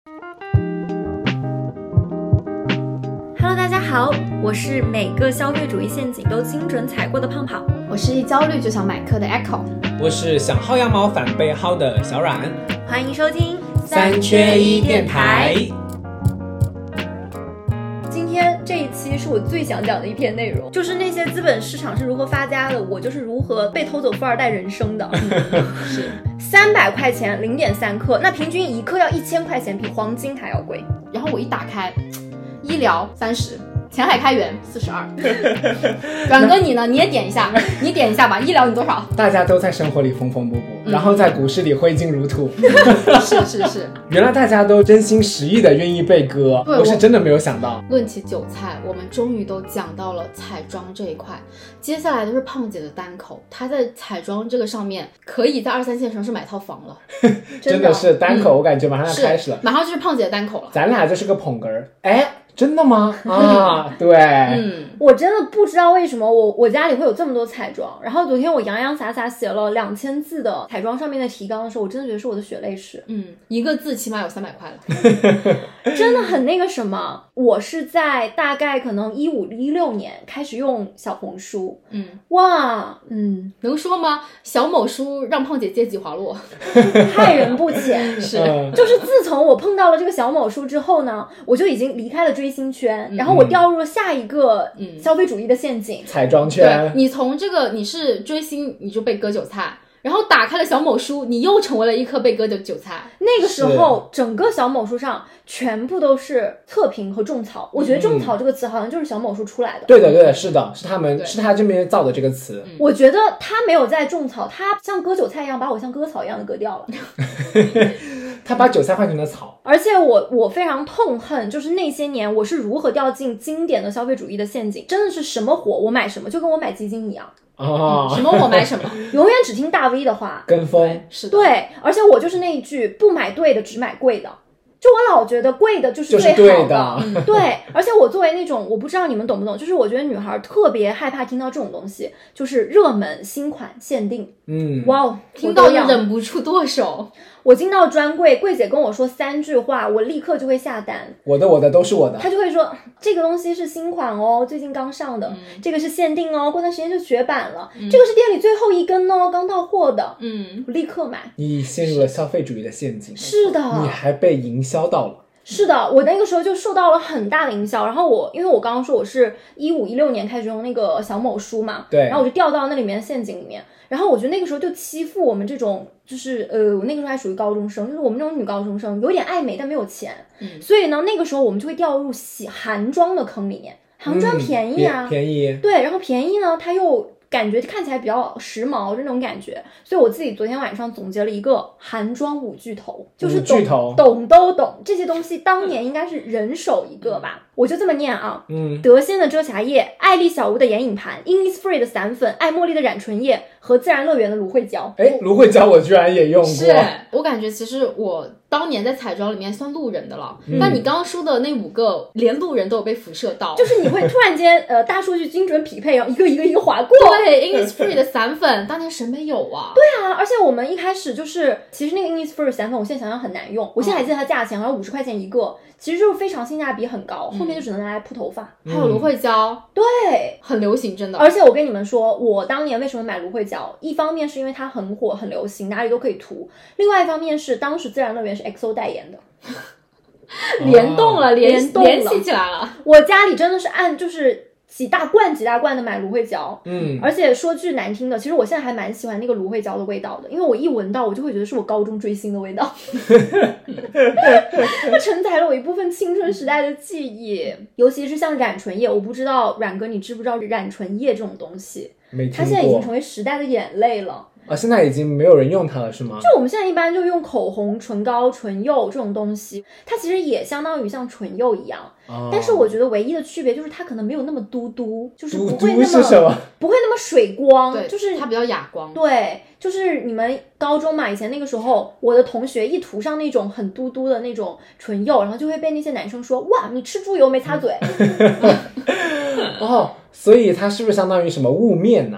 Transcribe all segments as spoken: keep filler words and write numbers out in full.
Hello， 大家好，我是每个消费主义陷阱都精准踩过的胖跑， 我是一焦虑就想买课的 Echo， 我是想薅羊毛反被薅的小阮， 欢迎收听三缺一电台。 今天这一期是我最想讲的一篇内容，就是那些资本市场是如何发家的，我就是如何被偷走富二代人生的。是三百块钱零点三克，那平均一克要一千块钱，比黄金还要贵。 然后我一打开，医疗三十，前海开源四十二。阮哥你呢？你也点一下，你点一下吧。医疗你多少？ 大家都在生活里缝缝补补、嗯，然后在股市里挥金如土。 是是是， 原来大家都真心实意的愿意被割，我是真的没有想到。 论起韭菜，我们终于都讲到了彩妆这一块，接下来都是胖姐的单口。她在彩妆这个上面，可以在二三线城市买套房了。 真的是单口，我感觉马上要开始了， 马上就是胖姐的单口了。 咱俩就是个捧哏儿，哎。真的吗？啊，对， 嗯，我真的不知道为什么我我家里会有这么多彩妆。然后昨天我洋洋洒洒写了两千字的彩妆上面的提纲的时候，我真的觉得是我的血泪史。 嗯，一个字起码有三百块了， 真的很那个什么。我是在大概可能一五一六年开始用小红书。 嗯， 哇，嗯， 能说吗？小某书让胖姐阶级滑落， 害人不浅。 是， 就是自从我碰到了这个小某书之后呢，我就已经离开了追星圈、嗯、然后我掉入了下一个消费主义的陷阱、 嗯、彩妆圈。 你从这个你是追星你就被割韭菜，然后打开了小某书，你又成为了一颗被割的韭菜。 那个时候整个小某书上全部都是测评和种草，我觉得种草这个词好像就是小某书出来的、嗯、 对的对的，是的，是他们是他这边造的这个词、 嗯、我觉得他没有在种草，他像割韭菜一样把我像割草一样的割掉了。 他把韭菜换成了草。 而且我我非常痛恨，就是那些年我是如何掉进经典的消费主义的陷阱，真的是什么火我买什么，就跟我买基金一样。 哦、 嗯，什么我买什么， 永远只听大 V 的话， 跟风。 是的， 对，而且我就是那一句不买对的只买贵的，就我老觉得贵的就是最好的， 就是对的、 嗯、对。而且我作为那种，我不知道你们懂不懂，就是我觉得女孩特别害怕听到这种东西，就是热门新款限定。 嗯， 哇、wow, 听到就忍不住剁手。 我进到专柜，柜姐跟我说三句话，我立刻就会下单。 我的我的都是我的。 她就会说这个东西是新款哦，最近刚上的、嗯、这个是限定哦，过段时间就绝版了、嗯、这个是店里最后一根哦，刚到货的。 嗯， 我立刻买。 你陷入了消费主义的陷阱。 是的， 你还被营销到了。 是的，我那个时候就受到了很大的营销。然后我因为我刚刚说我是一五一六年开始用那个小某书嘛， 对， 然后我就掉到那里面的陷阱里面。然后我觉得那个时候就欺负我们这种，就是呃，我那个时候还属于高中生，就是我们这种女高中生，有点爱美但没有钱，嗯，所以呢，那个时候我们就会掉入洗韩妆的坑里面。韩妆便宜啊， 嗯、便宜， 对，然后便宜呢，它又感觉看起来比较时髦，这种感觉。所以我自己昨天晚上总结了一个韩妆五巨头，就是懂懂都懂这些东西，当年应该是人手一个吧。我就这么念啊，嗯，德鲜的遮瑕液，爱丽小屋的眼影盘， Innisfree 的散粉，爱茉莉的染唇液和自然乐园的芦荟胶。 哎，芦荟胶我居然也用过。 是，我感觉其实我当年在彩妆里面算路人的了，嗯、但你刚刚说的那五个连路人都有被辐射到， 就是你会突然间呃大数据精准匹配，然后一个一个一个划过。 对 Innisfree 的散粉当年谁没有啊？ 对啊，而且我们一开始就是其实那个 Innisfree 的散粉我现在想想很难用，我现在还记得它价钱好像五十块钱一个，其实就是非常性价比很高，后面就只能拿来铺头发。 嗯、还有芦荟胶， 对， 很流行，真的。 而且我跟你们说，我当年为什么买芦荟胶，一方面是因为它很火很流行，哪里都可以涂，另外一方面是当时自然乐园是 X O 代言的。 联动了，联联动了， 联系起来了。 我家里真的是按就是几大罐几大罐的买芦荟胶， 嗯， 而且说句难听的，其实我现在还蛮喜欢那个芦荟胶的味道的，因为我一闻到我就会觉得是我高中追星的味道。它承载了我一部分青春时代的记忆，尤其是像染唇液，我不知道阮哥你知不知道染唇液这种东西？ 没听过。 它现在已经成为时代的眼泪了。 啊，现在已经没有人用它了是吗？ 就我们现在一般就用口红、唇膏、唇釉这种东西，它其实也相当于像唇釉一样、哦、但是我觉得唯一的区别就是它可能没有那么嘟嘟，就是不会那么嘟嘟是什么？ 不会那么水光， 对， 就是它比较哑光。 对，就是你们高中嘛，以前那个时候我的同学一涂上那种很嘟嘟的那种唇釉，然后就会被那些男生说，哇你吃猪油没擦嘴。 哦，所以它是不是相当于什么雾面呢、啊？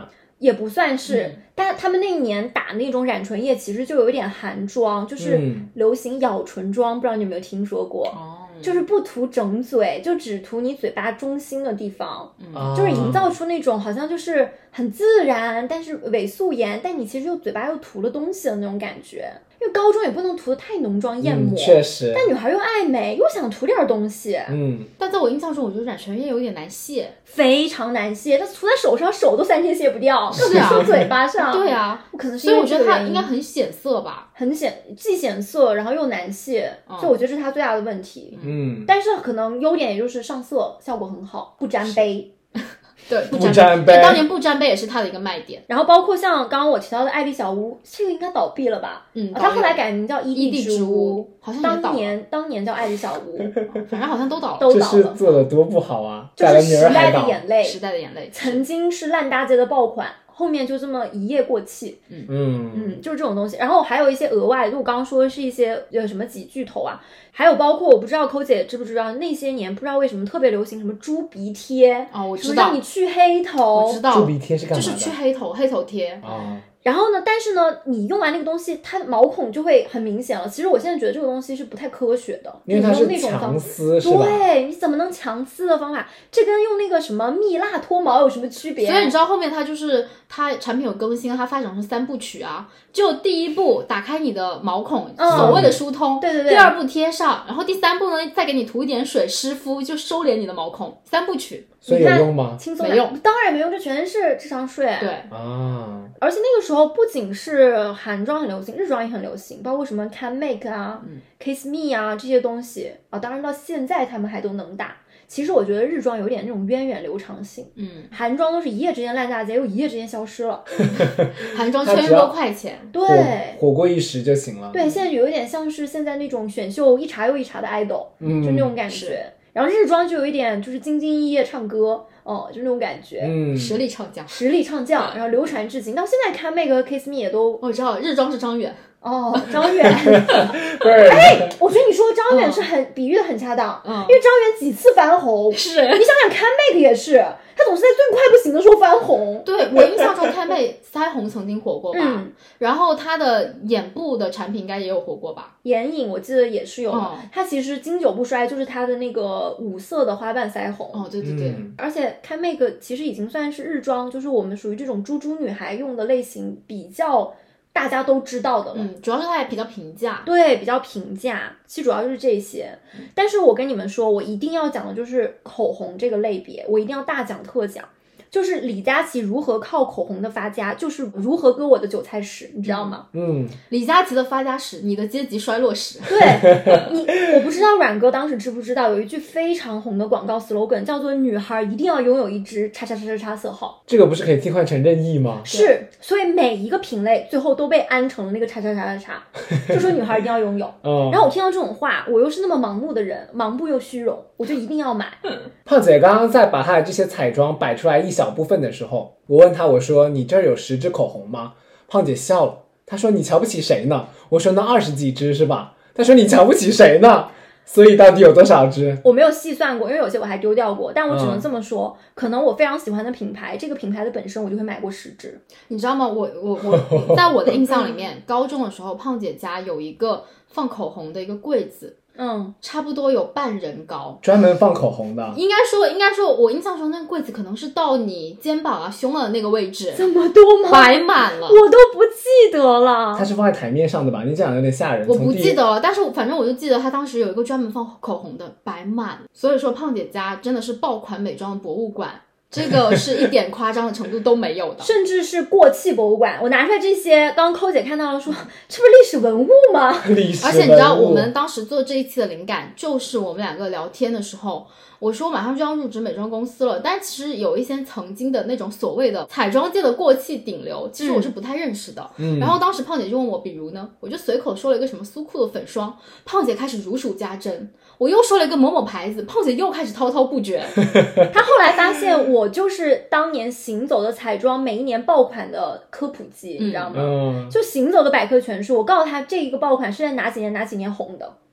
也不算是、 嗯、 但他们那一年打那种染唇液其实就有一点韩妆，就是流行咬唇妆、嗯、不知道你有没有听说过、哦、就是不涂整嘴，就只涂你嘴巴中心的地方、嗯、就是营造出那种好像就是很自然但是伪素颜，但你其实又嘴巴又涂了东西的那种感觉。因为高中也不能涂得太浓妆艳抹， 确、嗯、实， 但女孩又爱美又想涂点东西， 嗯， 但在我印象中我觉得染唇液有点难卸， 非常难卸，它涂在手上手都三天卸不掉，更别说嘴巴上。 对啊， 可能是因为我觉得它应该很显色吧， 很显既显色然后又难卸，所以、嗯、我觉得这是它最大的问题。 嗯， 但是可能优点也就是上色效果很好，不沾杯。 对， 不沾杯， 当年不沾杯也是它的一个卖点。 然后包括像刚刚我提到的爱丽小屋，这个应该倒闭了吧？ 嗯， 它后来改名叫伊地之屋， 好像也倒了。 当年当年叫爱丽小屋， 反正好像都倒了， 都倒了。 这是做的多不好啊！ 就是时代的眼泪， 时代的眼泪， 曾经是烂大街的爆款。后面就这么一夜过气， 嗯嗯，就是这种东西。然后还有一些额外，就我刚刚说的是一些呃什么几巨头啊，还有包括我不知道抠姐知不知道，那些年不知道为什么特别流行什么猪鼻贴哦，我知道， 什么让你去黑头， 我知道猪鼻贴是干嘛的？ 就是去黑头，黑头贴啊。 然后呢，但是呢，你用完那个东西，它毛孔就会很明显了。其实我现在觉得这个东西是不太科学的， 因为它是强撕，是吧？ 对，你怎么能强撕的方法？这跟用那个什么蜜蜡脱毛有什么区别？ 所以你知道后面它就是它产品有更新，它发展成三部曲啊。就第一步打开你的毛孔，嗯、所谓的疏通， 对对对。 第二步贴上，然后第三步呢，再给你涂一点水湿敷，就收敛你的毛孔。三部曲。 所以有用吗？ 轻松没用， 当然没用，这全是智商税。 对啊， 而且那个时候不仅是韩妆很流行，日妆也很流行，包括什么 Can Make 啊、嗯、Kiss Me 啊这些东西啊，当然到现在他们还都能打。其实我觉得日妆有点那种源远流长性， 嗯， 韩妆都是一夜之间烂大街，又一夜之间消失了。 韩妆千多块钱， 对， 火过一时就行了。 对，现在有一点像是现在那种选秀一茬又一茬的 idol，嗯，就那种感觉。然后日妆就有一点就是兢兢业业唱歌，哦，就那种感觉， 嗯， 实力唱将， 实力唱将，然后流传至今，到现在看 Make 和 Kiss Me 也都， 我知道日妆是张远。 哦，张远，哎，我觉得你说张远是很、嗯、比喻的很恰当，嗯，因为张远几次翻红， 是你想想看 Make 也是，他总是在最快不行的时候翻红。 对，我印象中看 Make 腮红曾经火过吧， 嗯， 然后他的眼部的产品应该也有火过吧， 眼影我记得也是有， 嗯， 他其实经久不衰，就是他的那个五色的花瓣腮红， 哦，对对对， 嗯、而且看 Make 其实已经算是日妆，就是我们属于这种猪猪女孩用的类型比较。大家都知道的了， 嗯，主要是它也比较平价， 对，比较平价，其实主要就是这些。嗯、但是我跟你们说，我一定要讲的就是口红这个类别，我一定要大讲特讲。就是李佳琦如何靠口红的发家，就是如何割我的韭菜史，你知道吗？ 嗯， 李佳琦的发家史，你的阶级衰落史。 对，你我不知道阮哥当时知不知道，有一句非常红的广告 slogan 叫做"女孩一定要拥有一支叉叉叉叉叉色号"。 这个不是可以替换成任意吗？ 是，所以每一个品类最后都被安成了那个叉叉叉叉叉，就说女孩一定要拥有。 嗯， 然后我听到这种话，我又是那么盲目的人，盲目又虚荣，我就一定要买。 胖姐刚刚在把她的这些彩妆摆出来一小部分的时候，我问她，我说你这儿有十支口红吗？胖姐笑了，她说你瞧不起谁呢？我说那二十几支是吧？她说你瞧不起谁呢？所以到底有多少支？ 我没有细算过，因为有些我还丢掉过，但我只能这么说，嗯、可能我非常喜欢的品牌，这个品牌的本身我就会买过十支。 你知道吗？我我我在我的印象里面，高中的时候，胖姐家有一个放口红的一个柜子。 嗯， 差不多有半人高， 专门放口红的。 应该说，应该说，我印象中那个柜子可能是到你肩膀啊、胸啊的那个位置， 这么多吗？ 摆满了， 我都不记得了。 它是放在台面上的吧？你这样有点吓人。 我不记得了，但是反正我就记得他当时有一个专门放口红的，摆满了。所以说，胖姐家真的是爆款美妆的博物馆。这个是一点夸张的程度都没有的， 甚至是过气博物馆。我拿出来这些，刚刚抠姐看到了说，这不是历史文物吗？ 历史文物。 而且你知道，我们当时做这一期的灵感，就是我们两个聊天的时候，我说马上就要入职美妆公司了，但其实有一些曾经的那种所谓的彩妆界的过气顶流，其实我是不太认识的。 嗯。 然后当时胖姐就问我，比如呢，我就随口说了一个什么苏库的粉霜，胖姐开始如数家珍。我又说了一个某某牌子，胖姐又开始滔滔不绝。 她后来发现我就是当年行走的彩妆每一年爆款的科普机， 嗯、 你知道吗？ 嗯， 就行走的百科全书。我告诉她这一个爆款是在哪几年哪几年红的。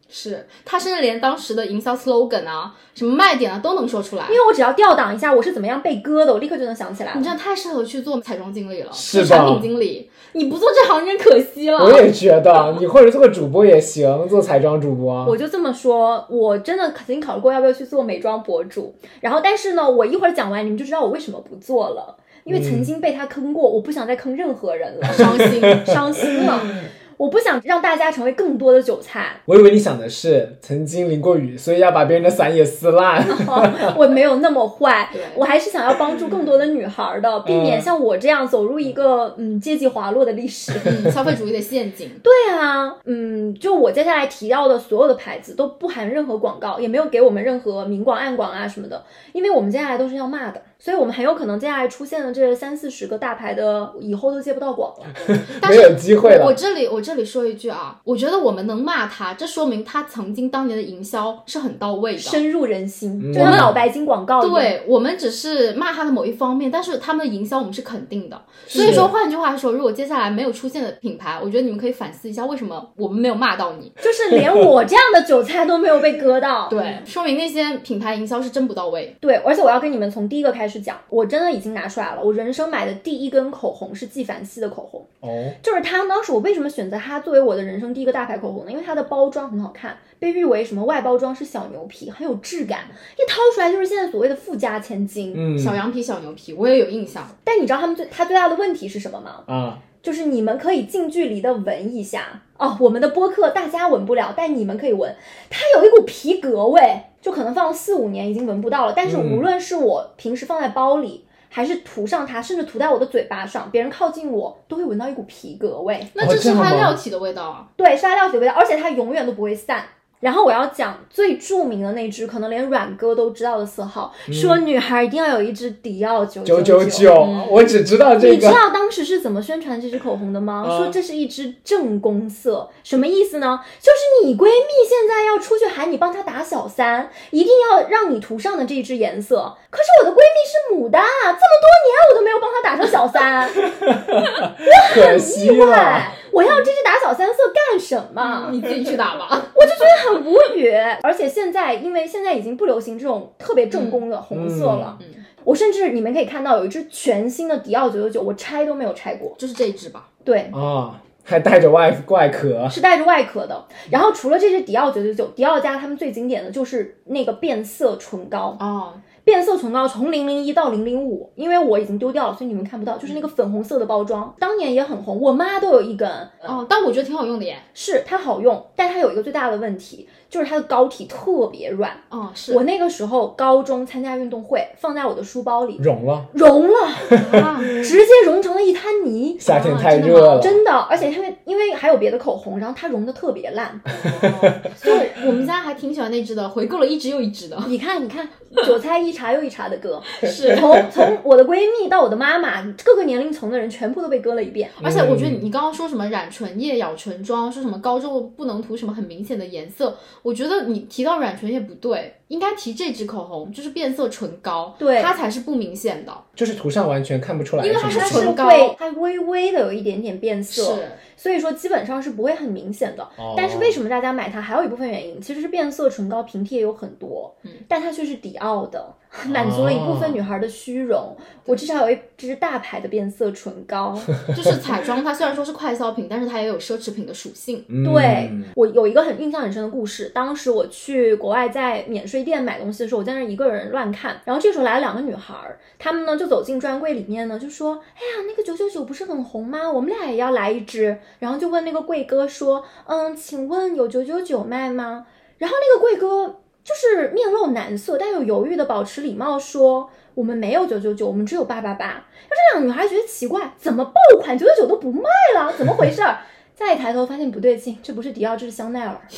是他甚至连当时的营销 slogan 啊什么卖点啊都能说出来， 因为我只要调档一下我是怎么样被割的，我立刻就能想起来了。 你真的太适合去做彩妆经理了， 是产品经理，你不做这行真可惜了。 我也觉得你或者做个主播也行，做彩妆主播。 我就这么说，我真的曾经考虑过要不要去做美妆博主，然后但是呢我一会儿讲完你们就知道我为什么不做了，因为曾经被他坑过、嗯、我不想再坑任何人了， 伤心伤心了我不想让大家成为更多的韭菜。 我以为你想的是曾经淋过雨，所以要把别人的伞也撕烂、 哦、我没有那么坏我还是想要帮助更多的女孩的，避免像我这样走入一个嗯阶级滑落的历史、 嗯、消费主义的陷阱。 对啊，嗯，就我接下来提到的所有的牌子都不含任何广告，也没有给我们任何明广暗广啊什么的，因为我们接下来都是要骂的，所以我们很有可能接下来出现的这三四十个大牌的以后都接不到广了没有机会了。 我这里我这里说一句啊，我觉得我们能骂他，这说明他曾经当年的营销是很到位的， 深入人心、嗯、就像脑白金广告一样。 对，我们只是骂他的某一方面，但是他们的营销我们是肯定的。所以说换句话说，如果接下来没有出现的品牌，我觉得你们可以反思一下为什么我们没有骂到你， 就是连我这样的韭菜都没有被割到对，说明那些品牌营销是真不到位。 对，而且我要跟你们从第一个开始讲，我真的已经拿出来了，我人生买的第一根口红是纪梵希的口红。 哦， 就是它，当时我为什么选择它作为我的人生第一个大牌口红呢？因为它的包装很好看，被誉为什么外包装是小牛皮，很有质感，一掏出来就是现在所谓的富家千金。 嗯，小羊皮小牛皮我也有印象。 但你知道他们最它最大的问题是什么吗？ 啊， 就是你们可以近距离的闻一下哦，我们的播客大家闻不了，但你们可以闻，它有一股皮革味，就可能放了四五年已经闻不到了，但是无论是我平时放在包里、嗯还是涂上它，甚至涂在我的嘴巴上，别人靠近我都会闻到一股皮革味。 那这是它料体的味道啊？ 对，是它料体的味道，而且它永远都不会散。然后我要讲最著名的那支，可能连阮哥都知道的色号、嗯、说女孩一定要有一支迪奥九九九。 我只知道这个。 你知道当时是怎么宣传这支口红的吗、嗯、说这是一支正宫色。什么意思呢？就是你闺蜜现在要出去喊你帮她打小三，一定要让你涂上的这一支颜色。可是我的闺蜜是牡丹啊，这么多年我都没有帮她打成小三我很意外，我要这支打小三色干什么、 嗯、你自己去打吧我就觉得很无语。而且现在因为现在已经不流行这种特别正宫的红色了、嗯嗯、我甚至你们可以看到有一支全新的迪奥九九九，我拆都没有拆过， 就是这一支吧？ 对啊，还带着外外壳， 是带着外壳的。然后除了这支迪奥九九九，迪奥家他们最经典的就是那个变色唇膏哦， 变色唇膏从零零一到零零五，因为我已经丢掉了，所以你们看不到，就是那个粉红色的包装，当年也很红，我妈都有一根。 哦，但我觉得挺好用的耶。 是它好用，但它有一个最大的问题，就是它的膏体特别软。 哦，是我那个时候高中参加运动会，放在我的书包里融了， 融了、啊、直接融成了一滩泥。 夏天太热了、 啊、真的, 真的而且因为因为还有别的口红，然后它融的特别烂、 哦、所以我们家还挺喜欢那支的，回购了一支又一支的。 你看你看韭菜一茬又一茬的割是从从我的闺蜜到我的妈妈，各个年龄层的人全部都被割了一遍。 而且我觉得你刚刚说什么染唇液咬唇妆，说什么膏之后不能涂什么很明显的颜色，我觉得你提到染唇液不对，应该提这支口红，就是变色唇膏， 对， 它才是不明显的， 就是涂上完全看不出来， 因为它是唇膏，它微微的有一点点变色， 是， 所以说基本上是不会很明显的、哦、但是为什么大家买它还有一部分原因，其实是变色唇膏平替也有很多、嗯、但它却是迪奥的，满足了一部分女孩的虚荣、哦、我至少有一支大牌的变色唇膏就是彩妆它虽然说是快消品，但是它也有奢侈品的属性、 嗯、对，我有一个很印象很深的故事，当时我去国外在免税店买东西的时候，我在那一个人乱看，然后这时候来了两个女孩，她们呢就走进专柜里面呢就说，哎呀那个九九九不是很红吗，我们俩也要来一支，然后就问那个柜哥说，嗯，请问有九九九卖吗？然后那个柜哥就是面露难色但又犹豫的保持礼貌说，我们没有九九九，我们只有八八八。然后这两个女孩觉得奇怪，怎么爆款九九九都不卖了，怎么回事？再一抬头发现不对劲，这不是迪奥，这是香奈儿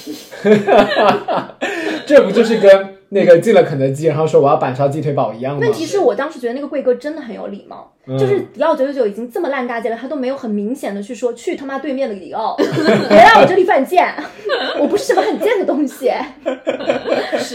这不就是跟那个进了肯德基然后说我要板烧鸡腿堡一样吗？ 问题是我当时觉得那个柜哥真的很有礼貌、嗯、就是迪奥九九九已经这么烂大街了，他都没有很明显的去说去他妈对面的迪奥别来我这里犯贱我不是什么很贱的东西是， 然后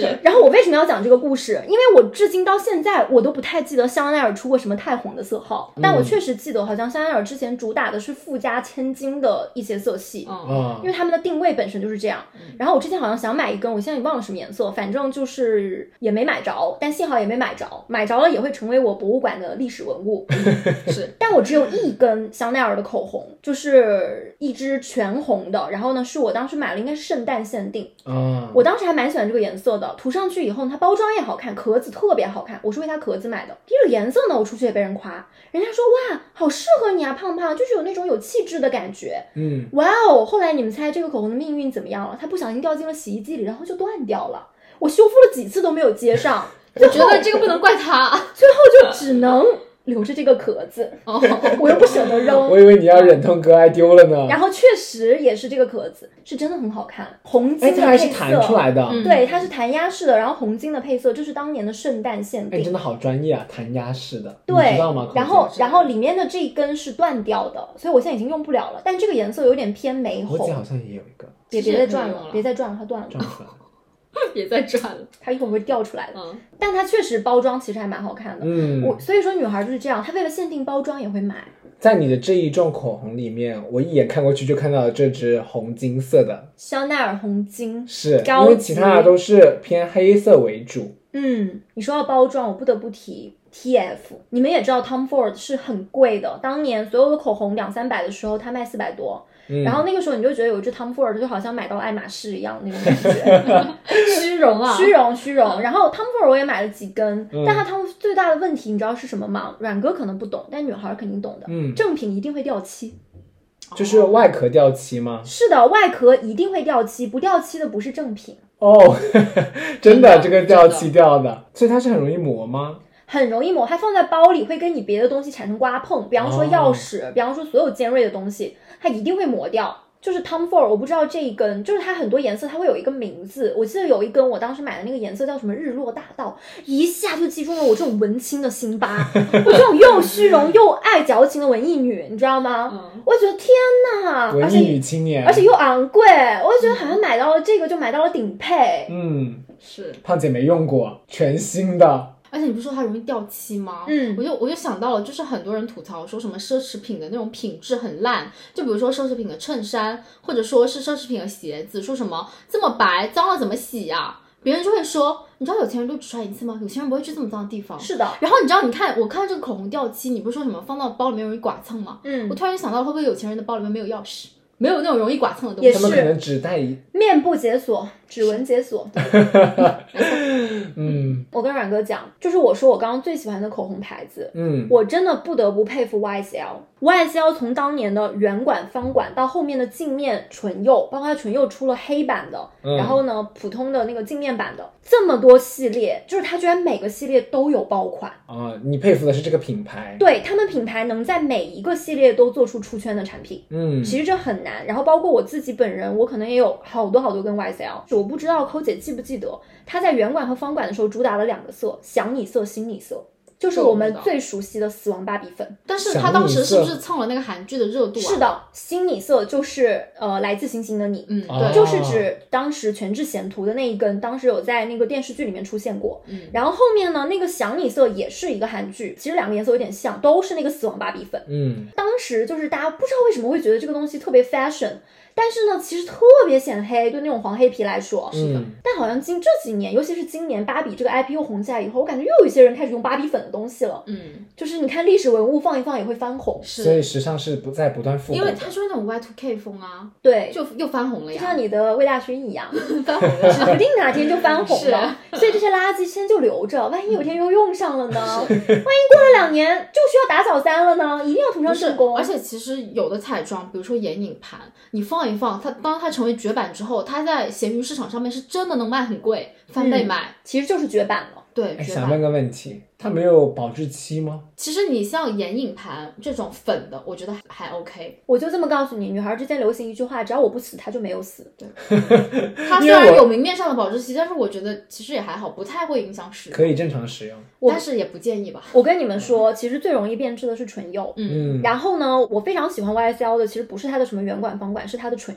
我为什么要讲这个故事？因为我至今到现在我都不太记得香奈儿出过什么太红的色号，但我确实记得好像香奈儿之前主打的是富家千金的一些色系， 嗯， 因为他们的定位本身就是这样。然后我之前好像想买一根，我现在也忘了什么颜色，反正就是也没买着，但幸好也没买着，买着了也会成为我博物馆的历史文物。 是， 但我只有一根香奈儿的口红，就是一支全红的，然后呢是我当时买了应该是圣诞限定， 嗯， 我当时还蛮喜欢这个颜色的，涂上去以后它包装也好看，壳子特别好看，我是为它壳子买的。这个颜色呢我出去也被人夸，人家说哇好适合你啊胖胖，就是有那种有气质的感觉。 嗯， 哇哦，后来你们猜这个口红的命运怎么样了？它不小心掉进了洗衣机里，然后就断掉了，我修复了几次都没有接上。 我觉得这个不能怪他， 最后就只能留着这个壳子， 哦， 我又不舍得扔。 我以为你要忍痛割爱丢了呢。 然后确实也是这个壳子，是真的很好看，红金的配色， 哎，它还是弹出来的， 嗯、对，它是弹压式的，然后红金的配色，这是当年的圣诞限定。 哎，真的好专业啊，弹压式的， 对， 你知道吗？ 然后然后里面的这一根是断掉的，所以我现在已经用不了了。但这个颜色有点偏玫红， 我姐好像也有一个， 别别再转了，别再转了，它断了， 转出来了。 别再转了， 它一会儿会掉出来的。 嗯， 但它确实包装其实还蛮好看的。 嗯， 我所以说女孩就是这样，她为了限定包装也会买。 在你的这一众口红里面，我一眼看过去就看到了这支红金色的香奈儿红金， 是因为其他的都是偏黑色为主。 嗯，你说到包装，我不得不提 T F。你们也知道 Tom Ford 是很贵的，当年所有的口红两三百的时候，它卖四百多。嗯、然后那个时候你就觉得有一只 Tom Ford 就好像买到爱马仕一样那种感觉， 虚荣啊， 虚荣虚荣。然后 Tom Ford 我也买了几根，嗯、但它 Tom 最大的问题你知道是什么吗？阮哥可能不懂，但女孩肯定懂的。嗯，正品一定会掉漆。 就是外壳掉漆吗？ 是的，外壳一定会掉漆，不掉漆的不是正品。 哦，真的，这个掉漆掉的，所以它是很容易磨吗？ 很容易磨，它放在包里会跟你别的东西产生刮碰，比方说钥匙，哦、比方说所有尖锐的东西，它一定会磨掉。就是 Tom Ford 我不知道这一根，就是它很多颜色它会有一个名字，我记得有一根我当时买的那个颜色叫什么日落大道，一下就击中了我这种文青的心巴，我这种又虚荣又爱矫情的文艺女，你知道吗？嗯、我觉得天哪， 文艺女青年， 而且又昂贵，我就觉得好像买到了这个就买到了顶配。 嗯， 是胖姐没用过，全新的。 而且你不是说它容易掉漆吗？嗯，我就我就想到了，就是很多人吐槽说什么奢侈品的那种品质很烂，就比如说奢侈品的衬衫，或者说是奢侈品的鞋子，说什么这么白，脏了怎么洗呀、啊？别人就会说，你知道有钱人都只穿一次吗？有钱人不会去这么脏的地方。 是的。 然后你知道，你看我看这个口红掉漆，你不是说什么放到包里面容易剐蹭吗？嗯，我突然就想到，会不会有钱人的包里面没有钥匙？没有那种容易剐蹭的东西， 他们可能只带一面部解锁、指纹解锁。 嗯， 我跟阮哥讲，就是我说我刚刚最喜欢的口红牌子， 嗯， 我真的不得不佩服 Y S L。Y S L 从当年的圆管、方管到后面的镜面唇釉，包括它唇釉出了黑版的，嗯、然后呢普通的那个镜面版的，这么多系列，就是它居然每个系列都有爆款啊！你佩服的是这个品牌， 对他们品牌能在每一个系列都做出出圈的产品， 嗯， 其实这很难。然后包括我自己本人，我可能也有好多好多跟 Y S L， 我不知道抠姐记不记得，它在圆管和方管的时候主打了两个色，想你色、心你色。就是我们最熟悉的死亡芭比粉， 但是它当时是不是蹭了那个韩剧的热度啊？ 是的，心你色就是呃来自星星的你， 嗯， 对，就是指当时全智贤涂的那一根，当时有在那个电视剧里面出现过。嗯，然后后面呢，那个想你色也是一个韩剧，其实两个颜色有点像，都是那个死亡芭比粉。 嗯， 当时就是大家不知道为什么会觉得这个东西特别 fashion。但是呢，其实特别显黑，对那种黄黑皮来说。 是的。 但好像今这几年，尤其是今年芭比这个 I P 又红起来以后，我感觉又有一些人开始用芭比粉的东西了。 嗯， 就是你看历史文物放一放也会翻红。 是。 所以时尚是不在不断复活。 因为它就是那种 Y 二 K 风啊。 对。 就又翻红了呀。 就像你的魏大勋一样， 翻红了， 指不定哪天就翻红了。所以这些垃圾先就留着，万一有天又用上了呢？万一过了两年就需要打小三了呢？一定要涂上正宫。 而且其实有的彩妆，比如说眼影盘，你放一放，它当它成为绝版之后，它在闲鱼市场上面是真的能卖很贵，翻倍卖、嗯， 其实就是绝版了。 对，绝版。 想问个问题，它没有保质期吗？ 其实你像眼影盘这种粉的，我觉得还 OK。 我就这么告诉你，女孩之间流行一句话，只要我不死，它就没有死。 对，它虽然有明面上的保质期，但是我觉得其实也还好，不太会影响使用， 可以正常使用， 但是也不建议吧。 我跟你们说，其实最容易变质的是唇釉。 嗯， 然后呢，我非常喜欢 Y S L 的，其实不是它的什么圆管、方管，是它的唇釉。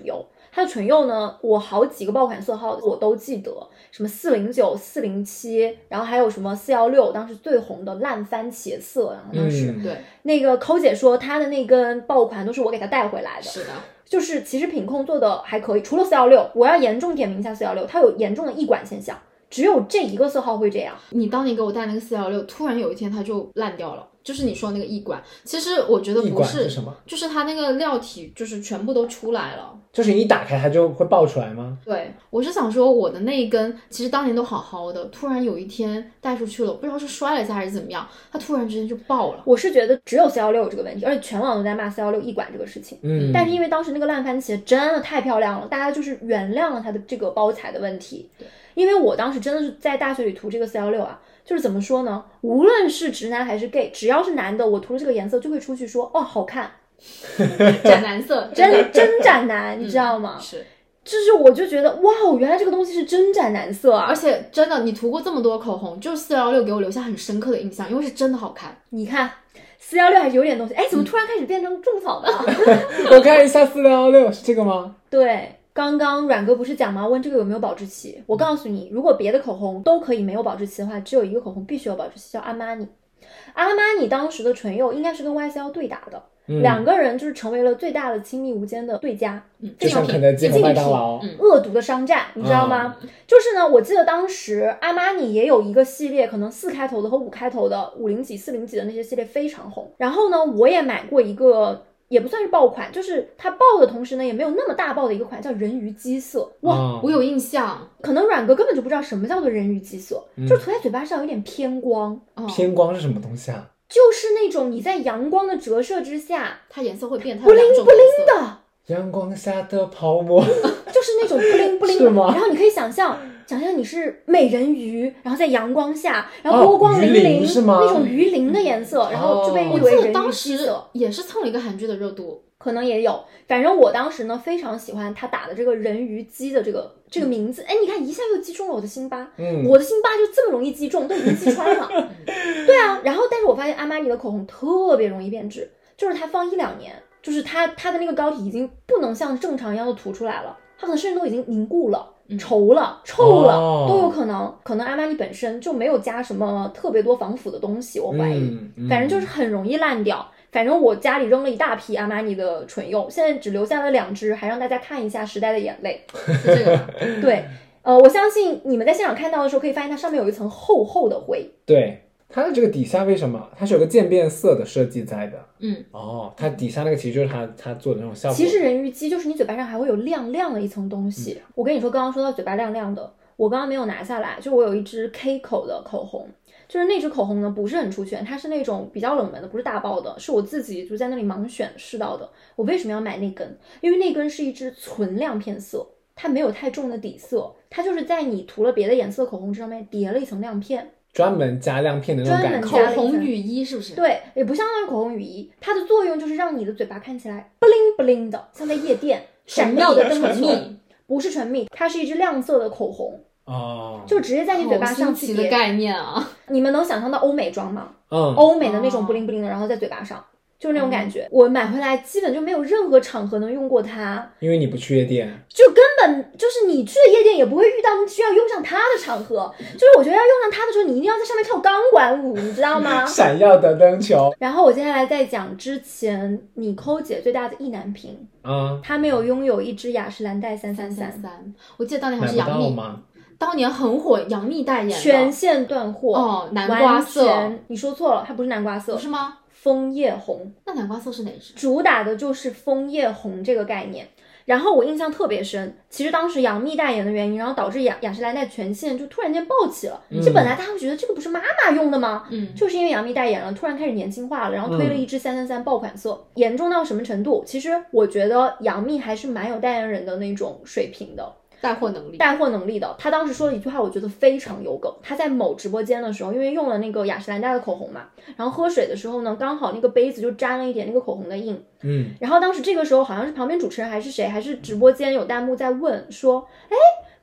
它的唇釉呢，我好几个爆款色号我都记得，什么四零九、四零七，然后还有什么四一六，当时最红的烂番茄色，然后当时、 嗯、对那个抠姐说她的那根爆款都是我给她带回来的。 是的， 就是其实品控做的还可以，除了四一六，我要严重点名一下四一六，它有严重的异管现象，只有这一个色号会这样。 你当年给我带那个四一六，突然有一天它就烂掉了。就是你说那个异管，其实我觉得不是， 是什么？ 就是它那个料体就是全部都出来了。 就是你一打开它就会爆出来吗？ 对，我是想说我的那一根其实当年都好好的，突然有一天带出去了，不知道是摔了一下还是怎么样，它突然之间就爆了。 我是觉得只有四一六有这个问题，而且全网都在骂四一六异管这个事情。 嗯， 但是因为当时那个烂番茄真的太漂亮了，大家就是原谅了它的这个包材的问题。 对， 因为我当时真的是在大学里涂这个四一六啊，就是怎么说呢，无论是直男还是 gay， 只要是男的，我涂了这个颜色就会出去说哦好看， 斩男色， 真真斩男，你知道吗？ 嗯、是。 就是我就觉得哇，原来这个东西是真斩男色啊！ 而且真的，你涂过这么多口红，就是四一六给我留下很深刻的印象，因为是真的好看。 你看四一六还是有点东西，哎，怎么突然开始变成种草呢？ 我看一下四一六是这个吗？ 对。刚刚阮哥不是讲吗？问这个有没有保质期？我告诉你，如果别的口红都可以没有保质期的话，只有一个口红必须有保质期，叫阿玛尼。阿玛尼当时的唇釉应该是跟 Y S L 对打的、嗯、两个人就是成为了最大的亲密无间的对家， 嗯，就像肯德基和麦当劳、 嗯、恶毒的商战，你知道吗、嗯、就是呢，我记得当时阿玛尼也有一个系列，可能四开头的和五开头的五零几四零几的那些系列非常红，然后呢我也买过一个也不算是爆款，就是它爆的同时呢也没有那么大爆的一个款，叫人鱼基色。哇、 哦、我有印象， 可能阮哥根本就不知道什么叫做人鱼基色、嗯、就是涂在嘴巴上有点偏光、 哦、 偏光是什么东西啊？ 就是那种你在阳光的折射之下它颜色会变，它不灵不灵的阳光下的泡沫就是那种不灵不灵的，然后你可以想象想象你是美人鱼，然后在阳光下，然后波光粼粼、 哦、是吗？ 那种鱼鳞的颜色、嗯、然后就被誉为人鱼基色、 哦、也是蹭了一个韩剧的热度， 可能也有，反正我当时呢非常喜欢他打的这个人鱼姬的这个这个名字，哎，你看一下又击中了我的心巴， 嗯， 我的心巴就这么容易击中，都已经击穿了，对啊，然后但是我发现阿玛尼的口红特别容易变质，就是它放一两年，就是它它的那个膏体已经不能像正常一样的涂出来了，它可能甚至都已经凝固了。稠了臭了、哦、都有可能，可能阿玛尼本身就没有加什么特别多防腐的东西，我怀疑、 嗯嗯、 反正就是很容易烂掉。反正我家里扔了一大批阿玛尼的唇釉，现在只留下了两支，还让大家看一下时代的眼泪是这个对，呃，我相信你们在现场看到的时候可以发现它上面有一层厚厚的灰。 对，它的这个底下为什么它是有个渐变色的设计在的？ 嗯， 哦，它底下那个其实就是它它做的那种效果。 其实人鱼姬就是你嘴巴上还会有亮亮的一层东西、嗯、我跟你说，刚刚说到嘴巴亮亮的，我刚刚没有拿下来，就我有一支 K 口的口红，就是那支口红呢不是很出圈，它是那种比较冷门的，不是大爆的，是我自己就在那里盲选试到的。我为什么要买那根？因为那根是一支纯亮片色，它没有太重的底色，它就是在你涂了别的颜色口红上面叠了一层亮片， 专门加亮片的那种感觉， 口红雨衣是不是？ 对，也不像那种口红雨衣，它的作用就是让你的嘴巴看起来 bling bling 的，像在夜店闪耀的灯唇蜜， 不是唇蜜，它是一支亮色的口红。 哦， 就直接在你嘴巴上去叠。 好新奇的概念啊！ 你们能想象到欧美妆吗？ 嗯， 欧美的那种 bling bling 的，然后在嘴巴上，就是那种感觉、嗯、我买回来基本就没有任何场合能用过它， 因为你不去夜店， 就根本就是你去的夜店也不会遇到需要用上它的场合，就是我觉得要用上它的时候你一定要在上面跳钢管舞，你知道吗？ 闪耀的灯球。 然后我接下来再讲之前妮蔻姐最大的意难平， 嗯， 她没有拥有一支雅诗兰黛三三三三，我记得当年还是杨幂吗？ 当年很火，杨幂代言的， 全线断货哦，南瓜色， 你说错了，它不是南瓜色， 不是吗？ 枫叶红。 那南瓜色是哪支？ 主打的就是枫叶红这个概念。然后我印象特别深，其实当时杨幂代言的原因，然后导致雅雅诗兰黛全线就突然间爆起了。就、嗯、本来大家会觉得这个不是妈妈用的吗？ 嗯， 就是因为杨幂代言了，突然开始年轻化了，然后推了一支三三三爆款色、嗯，严重到什么程度？其实我觉得杨幂还是蛮有代言人的那种水平的。 带货能力， 带货能力的。他当时说了一句话，我觉得非常有梗。他在某直播间的时候，因为用了那个雅诗兰黛的口红嘛，然后喝水的时候呢，刚好那个杯子就沾了一点那个口红的印。 嗯， 然后当时这个时候好像是旁边主持人还是谁，还是直播间有弹幕在问说，哎，刚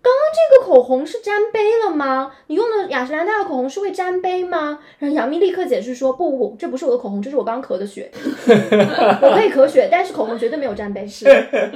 刚刚这个口红是沾杯了吗？你用的雅诗兰黛的口红是会沾杯吗？然后杨幂立刻解释说，不不不，这不是我的口红，这是我刚咳的血。我可以咳血，但是口红绝对没有沾杯。是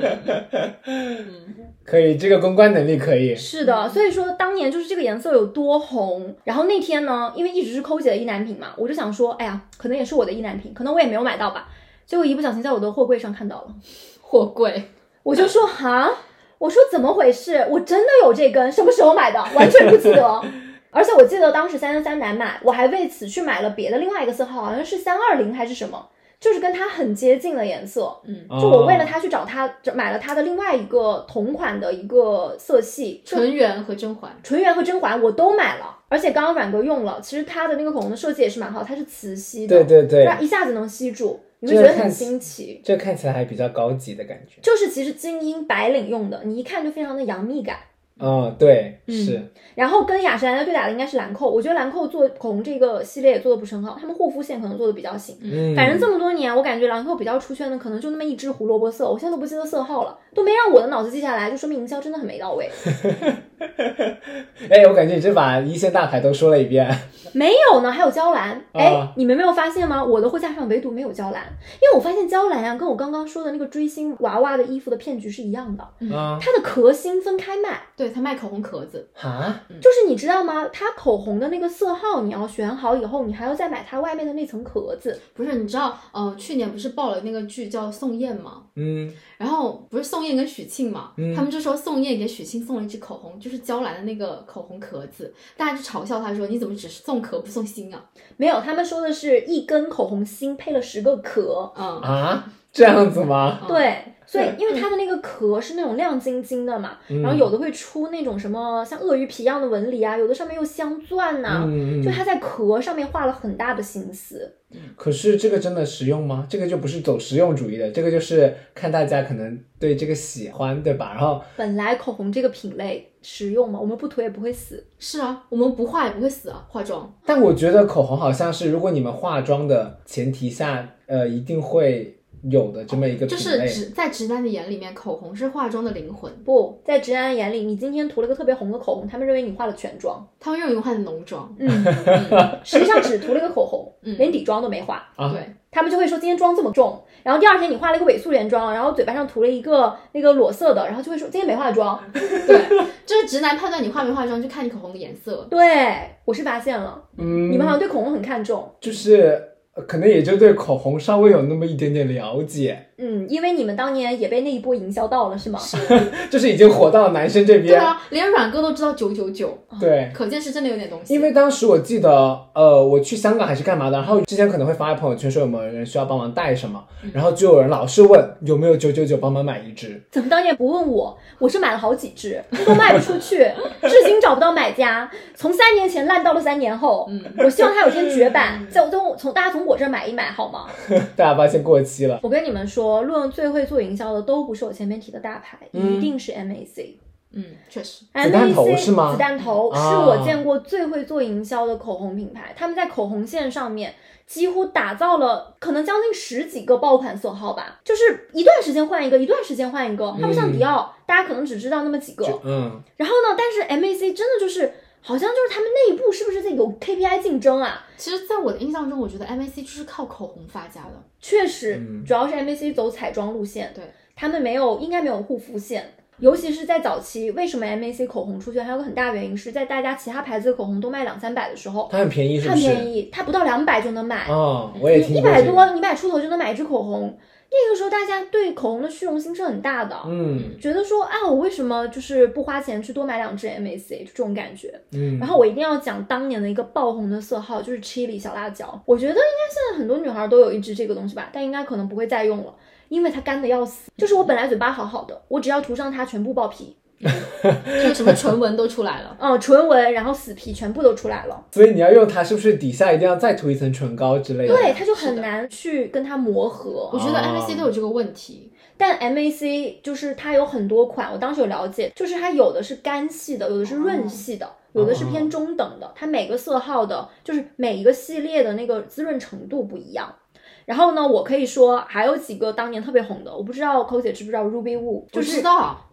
可以，这个公关能力可以。 是的，所以说当年就是这个颜色有多红。然后那天呢，因为一直是抠姐的意难品嘛，我就想说，哎呀，可能也是我的意难品，可能我也没有买到吧。结果一不小心在我的货柜上看到了。 货柜， 我就说哈，我说怎么回事？我真的有这根，什么时候买的？完全不记得。而且我记得当时三三三难买，我还为此去买了别的另外一个色号，好像是三二零还是什么，就是跟它很接近的颜色。 嗯， 就我为了它去找它，买了它的另外一个同款的一个色系， 纯元和甄嬛， 纯元和甄嬛我都买了。而且刚刚阮哥用了，其实它的那个口红的设计也是蛮好，它是磁吸的， 对对对， 一下子能吸住，你会觉得很新奇。 这看起来还比较高级的感觉， 就是其实精英白领用的，你一看就非常的杨幂感。 嗯，对， 嗯、 是。 然后跟雅诗兰黛对打的应该是兰蔻，我觉得兰蔻做口红这个系列也做的不是很好，他们护肤线可能做的比较行。 嗯， 反正这么多年，我感觉兰蔻比较出圈的可能就那么一支胡萝卜色，我现在都不记得色号了，都没让我的脑子记下来，就说明营销真的很没到位。 哎，我感觉你这把一线大牌都说了一遍。 没有呢，还有娇兰。哎、 啊， 你们没有发现吗？我的货架上唯独没有娇兰，因为我发现娇兰啊，跟我刚刚说的那个追星娃娃的衣服的骗局是一样的， 嗯， 它的壳芯分开卖。 对，他卖口红壳子哈， 就是你知道吗？它口红的那个色号你要选好以后，你还要再买它外面的那层壳子。 不是，你知道呃去年不是爆了那个剧叫宋焰吗？ 嗯， 然后不是宋焰跟许沁嘛、 嗯、 他们就说宋焰给许沁送了一支口红，就是娇兰的那个口红壳子，大家就嘲笑他说你怎么只是送壳不送芯啊？ 没有，他们说的是一根口红芯配了十个壳。 嗯啊，这样子吗？ 嗯、对，所以因为它的那个壳是那种亮晶晶的嘛、嗯、然后有的会出那种什么像鳄鱼皮一样的纹理啊，有的上面又镶钻呐、 嗯， 就它在壳上面花了很大的心思。 可是这个真的实用吗？这个就不是走实用主义的，这个就是看大家可能对这个喜欢，对吧？然后本来口红这个品类实用嘛，我们不涂也不会死。 是啊，我们不化也不会死啊，化妆。 但我觉得口红好像是如果你们化妆的前提下，呃，一定会有的这么一个品类。 就是直在直男的眼里面，口红是化妆的灵魂。 不在直男眼里，你今天涂了个特别红的口红，他们认为你化了全妆， 他们认为你化的浓妆。 嗯，嗯实际上只涂了一个口红， 嗯、 连底妆都没化。 啊， 对， 他们就会说今天妆这么重，然后第二天你画了一个伪素颜妆，然后嘴巴上涂了一个那个裸色的，然后就会说今天没化妆。 对，就是直男判断你化没化妆就看你口红的颜色。 对，我是发现了， 嗯， 你们好像对口红很看重， 就是可能也就对口红稍微有那么一点点了解。 嗯，因为你们当年也被那一波营销到了，是吗？ 就是已经火到了男生这边。 对啊，连阮哥都知道九九九。 对， 可见是真的有点东西。 因为当时我记得，呃，我去香港还是干嘛的，然后之前可能会发在朋友圈说有没有人需要帮忙带什么， 嗯、 然后就有人老是问有没有九九九帮忙买一支。 怎么当年不问我？我是买了好几支，都卖不出去，至今找不到买家。从三年前烂到了三年后，嗯，我希望它有天绝版，在从从大家从我这儿买一买好吗？ 大家发现过期了。 我跟你们说，论最会做营销的都不是我前面提的大牌， 嗯、 一定是 M A C。 嗯，确实。 子弹头是吗？ 子弹头、 啊、 是我见过最会做营销的口红品牌，他们在口红线上面几乎打造了可能将近十几个爆款色号吧，就是一段时间换一个，一段时间换一个。它不像迪奥、嗯，大家可能只知道那么几个。 嗯。 然后呢，但是 M A C 真的就是好像就是他们内部是不是在有 K P I 竞争啊？ 其实在我的印象中，我觉得 M A C 就是靠口红发家的。 确实、 嗯、 主要是 M A C 走彩妆路线， 对， 他们没有应该没有护肤线。尤其是在早期，为什么 M A C 口红出圈还有个很大原因是在大家其他牌子的口红都卖两三百的时候， 它很便宜是不是？ 它便宜，它不到两百就能买。 哦，我也听过、 这个、你一百多，你一百出头就能买一支口红。那个时候大家对口红的虚荣心是很大的， 嗯， 觉得说啊，我为什么就是不花钱去多买两支 M A C， 就这种感觉。 嗯， 然后我一定要讲当年的一个爆红的色号，就是 Chili 小辣椒。我觉得应该现在很多女孩都有一支这个东西吧，但应该可能不会再用了，因为它干的要死。就是我本来嘴巴好好的，我只要涂上它，全部爆皮。 就什么唇纹都出来了， 嗯，唇纹，然后死皮全部都出来了。 所以你要用它，是不是底下一定要再涂一层唇膏之类的？ 对，它就很难去跟它磨合。 我觉得 M A C 都有这个问题， 但 M A C 就是它有很多款，我当时有了解，就是它有的是干系的，有的是润系的。有的是偏中等的，它每个色号的，就是每一个系列的那个滋润程度不一样。然后呢，我可以说还有几个当年特别红的，我不知道扣姐知不知道 Ruby Woo， 就是知道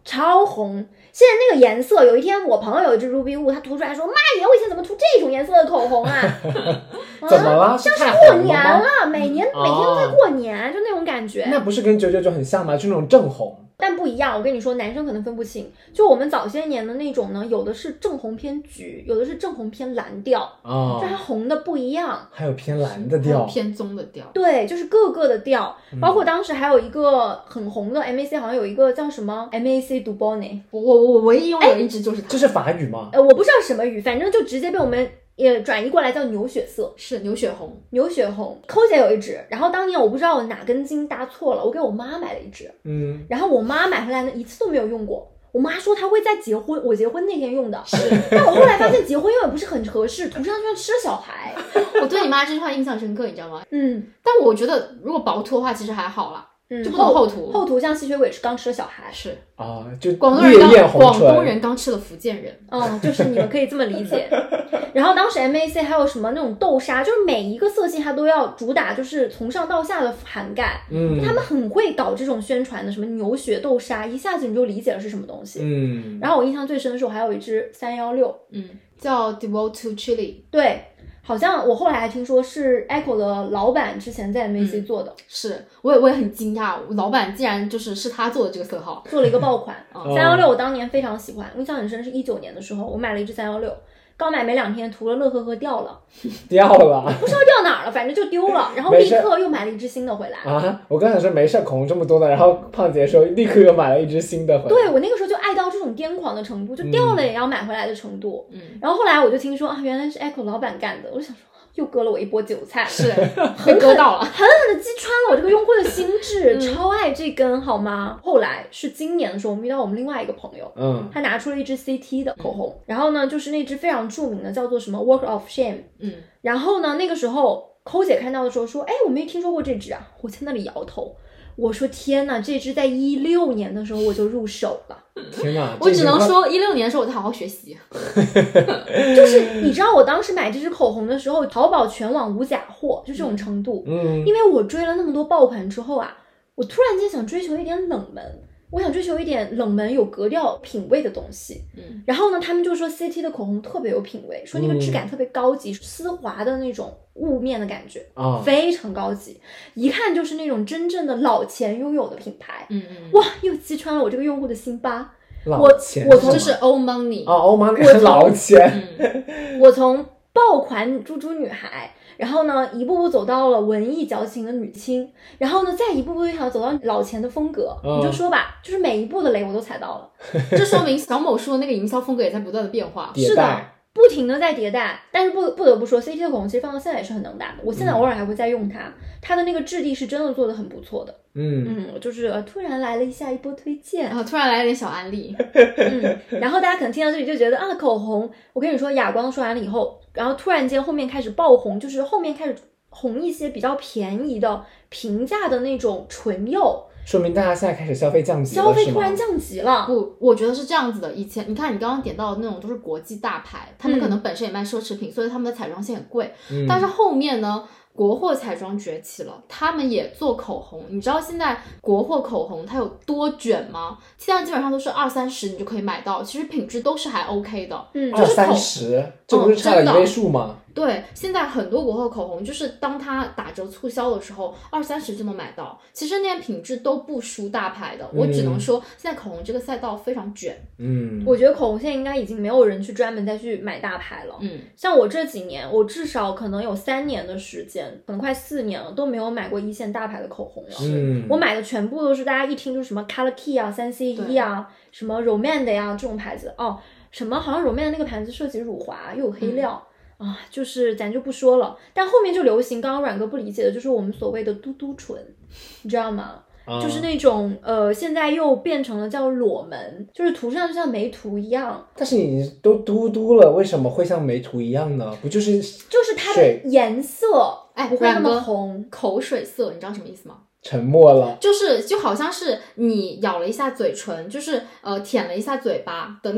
超红。现在那个颜色，有一天我朋友有一支 Ruby Woo，他涂出来说：“妈耶，我以前怎么涂这种颜色的口红啊？” 怎么了？ 像是过年了，每年、哦、每天都在过年，就那种感觉。 那不是跟九九九很像吗？就那种正红。 但不一样，我跟你说，男生可能分不清。就我们早些年的那种呢，有的是正红偏橘，有的是正红偏蓝调，哦，就它红的不一样。 还有偏蓝的调， 偏棕的调。 对，就是各个的调。包括当时还有一个很红的 M A C， 好像有一个叫什么 M A C Dubonnet， 我我我唯一用的一支就是它。 这是法语吗？ 呃，我不知道什么语，反正就直接被我们。也转移过来叫牛血色， 是牛血红， 牛血红。抠姐有一支，然后当年我不知道我哪根筋搭错了，我给我妈买了一支，嗯，然后我妈买回来呢一次都没有用过，我妈说她会在结婚，我结婚那天用的， 是， 但我后来发现结婚用也不是很合适，涂上去像吃了小孩。 我对你妈这句话印象深刻，你知道吗？ 嗯， 但我觉得如果薄涂的话，其实还好啦。 嗯， 就不能厚涂， 厚涂像吸血鬼是刚吃了小孩， 是啊，就广东人刚广东人刚吃了福建人， 哦，就是你们可以这么理解。然后当时 M A C 还有什么那种豆沙，就是每一个色系它都要主打就是从上到下的涵盖，嗯，他们很会搞这种宣传的，什么牛血豆沙，一下子你就理解了是什么东西，嗯。然后我印象最深的是我还有一支三一六， 嗯，叫 Devote to Chili， 对。好像我后来还听说是 Echo 的老板之前在 M A C 做的， 嗯、是我也我也很惊讶，老板竟然就是是他做的这个色号， 做了一个爆款。三一六我当年非常喜欢，印象很深，是一九年的时候我买了一支三一六，刚买没两天涂了乐呵呵掉了， 掉了， 不知道掉哪儿了，反正就丢了，然后立刻又买了一支新的回来。 啊，我刚才说没事，口红这么多的，然后胖姐说立刻又买了一支新的回来。 对，我那个时候就爱到这种癫狂的程度，就掉了也要买回来的程度。嗯，然后后来我就听说啊，原来是 Echo 老板干的，我就想说。又割了我一波韭菜， 是被割到了， 狠狠的击穿了我这个用户的心智，嗯、超爱这根好吗？后来是今年的时候，我们遇到我们另外一个朋友，嗯，他拿出了一支 C T 的口红，嗯、然后呢，就是那支非常著名的叫做什么 Work of Shame， 嗯，然后呢，那个时候抠姐看到的时候说，哎，我没听说过这支啊，我在那里摇头。我说天哪，这支在一六年的时候我就入手了。 天哪， 我只能说一六年的时候我在好好学习。 就是你知道我当时买这支口红的时候，淘宝全网无假货，就这种程度。嗯，因为我追了那么多爆款之后啊，我突然间想追求一点冷门。我想追求一点冷门有格调品味的东西，嗯，然后呢，他们就说 C T 的口红特别有品味，说那个质感特别高级，嗯、丝滑的那种雾面的感觉，啊，非常高级，一看就是那种真正的老钱拥有的品牌，嗯嗯，哇，又击穿了我这个用户的心巴。 老钱， 我我从就是 old money 哦 ，old money 是老钱， 嗯、我从爆款猪猪女孩。然后呢，一步步走到了文艺矫情的女青，然后呢，再一步步一条走到老钱的风格。嗯、你就说吧，就是每一步的雷我都踩到了。 这说明小某书的那个营销风格也在不断的变化。 是的，不停的在迭代。但是不不得不说 ，C T 的口红其实放到现在也是很能打的。我现在偶尔还会再用它，嗯、它的那个质地是真的做的很不错的。嗯嗯，就是、呃、突然来了一下一波推荐， 然后突然来了点小安利。 嗯，然后大家可能听到这里就觉得啊，口红，我跟你说，哑光说完了以后，然后突然间后面开始爆红，就是后面开始。红一些比较便宜的平价的那种唇釉， 说明大家现在开始消费降级了， 消费突然降级了。 不，我觉得是这样子的。以前你看你刚刚点到的那种都是国际大牌，他们可能本身也卖奢侈品，嗯、所以他们的彩妆线很贵。嗯、但是后面呢，国货彩妆崛起了，他们也做口红。你知道现在国货口红它有多卷吗？现在基本上都是二三十你就可以买到，其实品质都是还 OK 的。 嗯， 二三十，这不是差了一位数吗？ 嗯对，现在很多国货口红就是当它打折促销的时候，二三十就能买到。其实那些品质都不输大牌的，我只能说现在口红这个赛道非常卷。 嗯，我觉得口红现在应该已经没有人去专门再去买大牌了。嗯，像我这几年，我至少可能有三年的时间，可能快四年了，都没有买过一线大牌的口红了。嗯，我买的全部都是大家一听就是什么 Color Key 啊、三 C E 啊、什么 Roman 呀这种牌子哦，什么好像 Roman 那个牌子设计辱华又有黑料。嗯啊，就是咱就不说了，但后面就流行，刚刚阮哥不理解的就是我们所谓的嘟嘟唇，你知道吗？啊、就是那种呃，现在又变成了叫裸门，就是涂上就像没涂一样。 但是你都嘟嘟了，为什么会像没涂一样呢？不就是就是它的颜色哎不会那么红， 口水色，你知道什么意思吗？ 沉默了， 就是就好像是你咬了一下嘴唇，就是呃舔了一下嘴巴的那种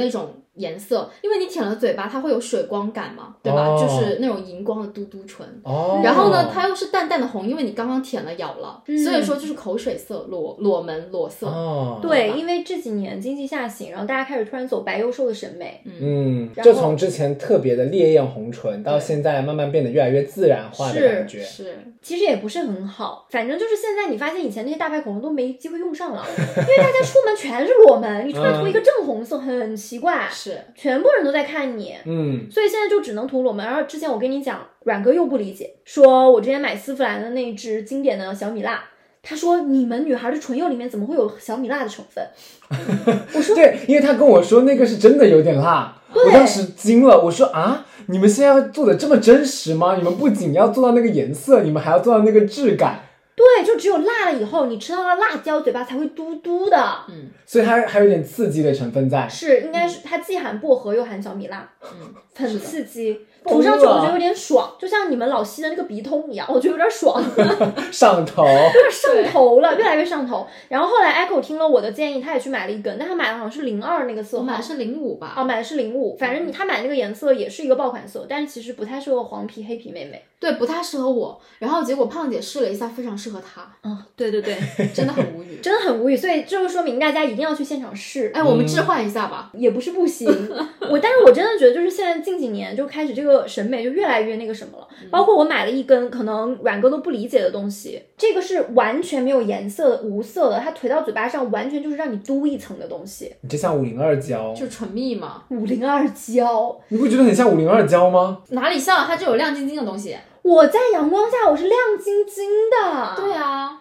颜色，因为你舔了嘴巴它会有水光感嘛，对吧、哦、就是那种荧光的嘟嘟唇、哦、然后呢它又是淡淡的红，因为你刚刚舔了咬了、嗯、所以说就是口水色，裸裸门裸色、 哦、 对，因为这几年经济下行，然后大家开始突然走白幼瘦的审美， 嗯，就从之前特别的烈焰红唇到现在慢慢变得越来越自然化的感觉， 是，是其实也不是很好，反正就是现在你发现以前那些大牌口红都没机会用上了，因为大家出门全是裸门，你突然涂一个正红色、嗯、很奇怪， 是全部人都在看你， 嗯， 所以现在就只能涂裸门。然后之前我跟你讲，阮哥又不理解，说我之前买丝芙兰的那支经典的小米辣，他说你们女孩的唇釉里面怎么会有小米辣的成分？我说对，因为他跟我说那个是真的有点辣，我当时惊了，我说啊，你们现在要做的这么真实吗？你们不仅要做到那个颜色，你们还要做到那个质感。 对，就只有辣了以后，你吃到了辣椒，嘴巴才会嘟嘟的。 嗯， 所以它还有点刺激的成分在。 是，应该是它既含薄荷又含小米辣，嗯，很刺激。涂上去我觉得有点爽，就像你们老吸的那个鼻通一样，我觉得有点爽， 上头， 有点上头了，越来越上头。然后后来 Echo 听了我的建议，他也去买了一根，但他买的好像是零二那个色号， 我买的是零五吧？ 哦，买的是零五，反正你他买那个颜色也是一个爆款色，但是其实不太适合黄皮黑皮妹妹， 对，不太适合我。然后结果胖姐试了一下，非常适合她。 嗯，对对对， 真的很无语， 真的很无语。所以这就说明大家一定要去现场试。 哎，我们置换一下吧， 也不是不行。我但是我真的觉得，就是现在近几年就开始这个审美就越来越那个什么了。包括我买了一根可能阮哥都不理解的东西，这个是完全没有颜色的，无色的，它涂到嘴巴上完全就是让你嘟一层的东西。 你这像五零二胶， 就是唇蜜嘛。 五零二胶， 你不觉得很像五零二胶吗？ 哪里像？它就有亮晶晶的东西。 我在阳光下我是亮晶晶的。 对啊。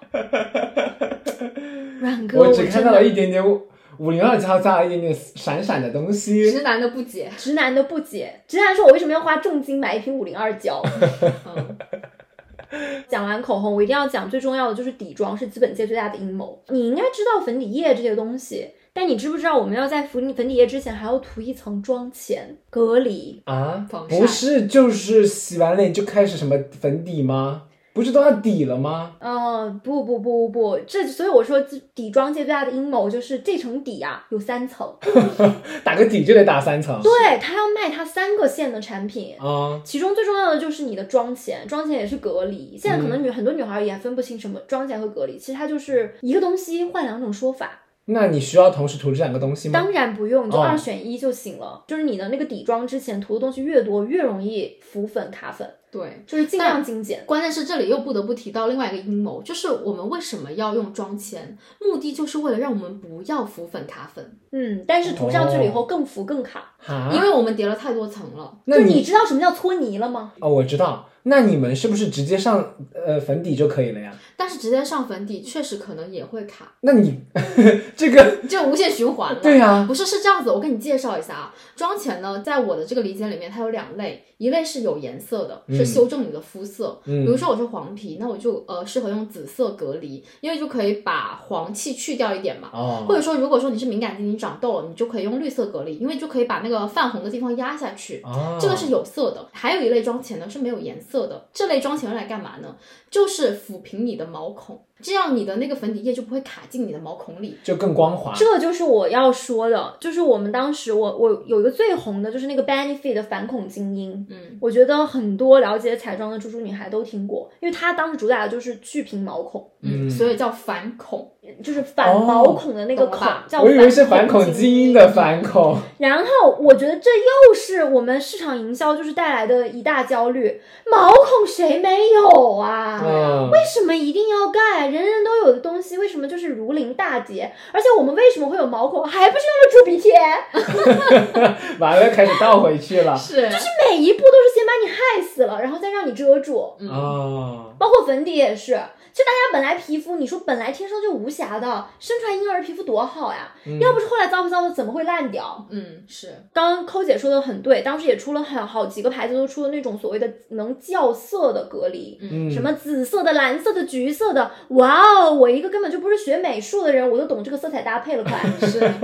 阮哥， 我只看到了一点点五零二胶加了一点点闪闪的东西。 直男的不解， 直男的不解，直男说我为什么要花重金买一瓶五零二胶？嗯，讲完口红，我一定要讲最重要的就是底妆是资本界最大的阴谋。你应该知道粉底液这些东西，但你知不知道我们要在粉粉底液之前还要涂一层妆前隔离啊？不是，就是洗完脸就开始什么粉底吗？不是都要底了吗？ 嗯，不不不不不，这所以我说底妆界最大的阴谋就是这层底啊有三层， 打个底就得打三层。 对，他要卖他三个线的产品啊、嗯， 其中最重要的就是你的妆前，妆前也是隔离。现在可能女、嗯、很多女孩也分不清什么妆前和隔离，其实它就是一个东西换两种说法。 那你需要同时涂这两个东西吗？ 当然不用，你就二选一就行了、哦、就是你的那个底妆之前涂的东西越多，越容易浮粉卡粉。 对， 就是尽量精简。 关键是这里又不得不提到另外一个阴谋，就是我们为什么要用妆前，目的就是为了让我们不要浮粉卡粉。 嗯，但是涂上去了以后更浮更卡、 哦、 因为我们叠了太多层了。 那你就你知道什么叫搓泥了吗？ 哦，我知道。那你们是不是直接上呃粉底就可以了呀？ 但是直接上粉底确实可能也会卡。 那你这个就无限循环了。 对啊， 不是，是这样子，我跟你介绍一下啊。妆前呢，在我的这个理解里面，它有两类，一类是有颜色的，是修正你的肤色。嗯、比如说我是黄皮，那我就呃适合用紫色隔离，因为就可以把黄气去掉一点嘛。 哦。 或者说，如果说你是敏感肌，你长痘了，你就可以用绿色隔离，因为就可以把那个泛红的地方压下去。 哦。 这个是有色的。还有一类妆前呢是没有颜色的，这类妆前用来干嘛呢？就是抚平你的毛孔，这样你的那个粉底液就不会卡进你的毛孔里， 就更光滑。 这就是我要说的，就是我们当时我我有一个最红的就是那个 Benefit 的反孔精英， 嗯， 我觉得很多了解彩妆的猪猪女孩都听过，因为它当时主打的就是去平毛孔， 嗯，所以叫反孔， 就是反毛孔的那个孔， 哦、 叫我以为是反孔精英的反孔。 然后我觉得这又是我们市场营销就是带来的一大焦虑，毛孔谁没有啊？ 嗯、 为什么一定要盖？人人都有的东西，为什么就是如临大敌？而且我们为什么会有毛孔？还不是用了猪鼻贴？ 完了，开始倒回去了。 是，就是每一步都是先把你害死了，然后再让你遮住。 嗯、哦， 包括粉底也是。就大家本来皮肤，你说本来天生就无瑕的，生出来婴儿皮肤多好呀、嗯、要不是后来糟不糟的怎么会烂掉？ 嗯，是。刚刚抠姐说的很对，当时也出了很好几个牌子都出了那种所谓的能校色的隔离， 嗯， 什么紫色的、蓝色的、橘色的，哇哦，我一个根本就不是学美术的人，我都懂这个色彩搭配了快。 是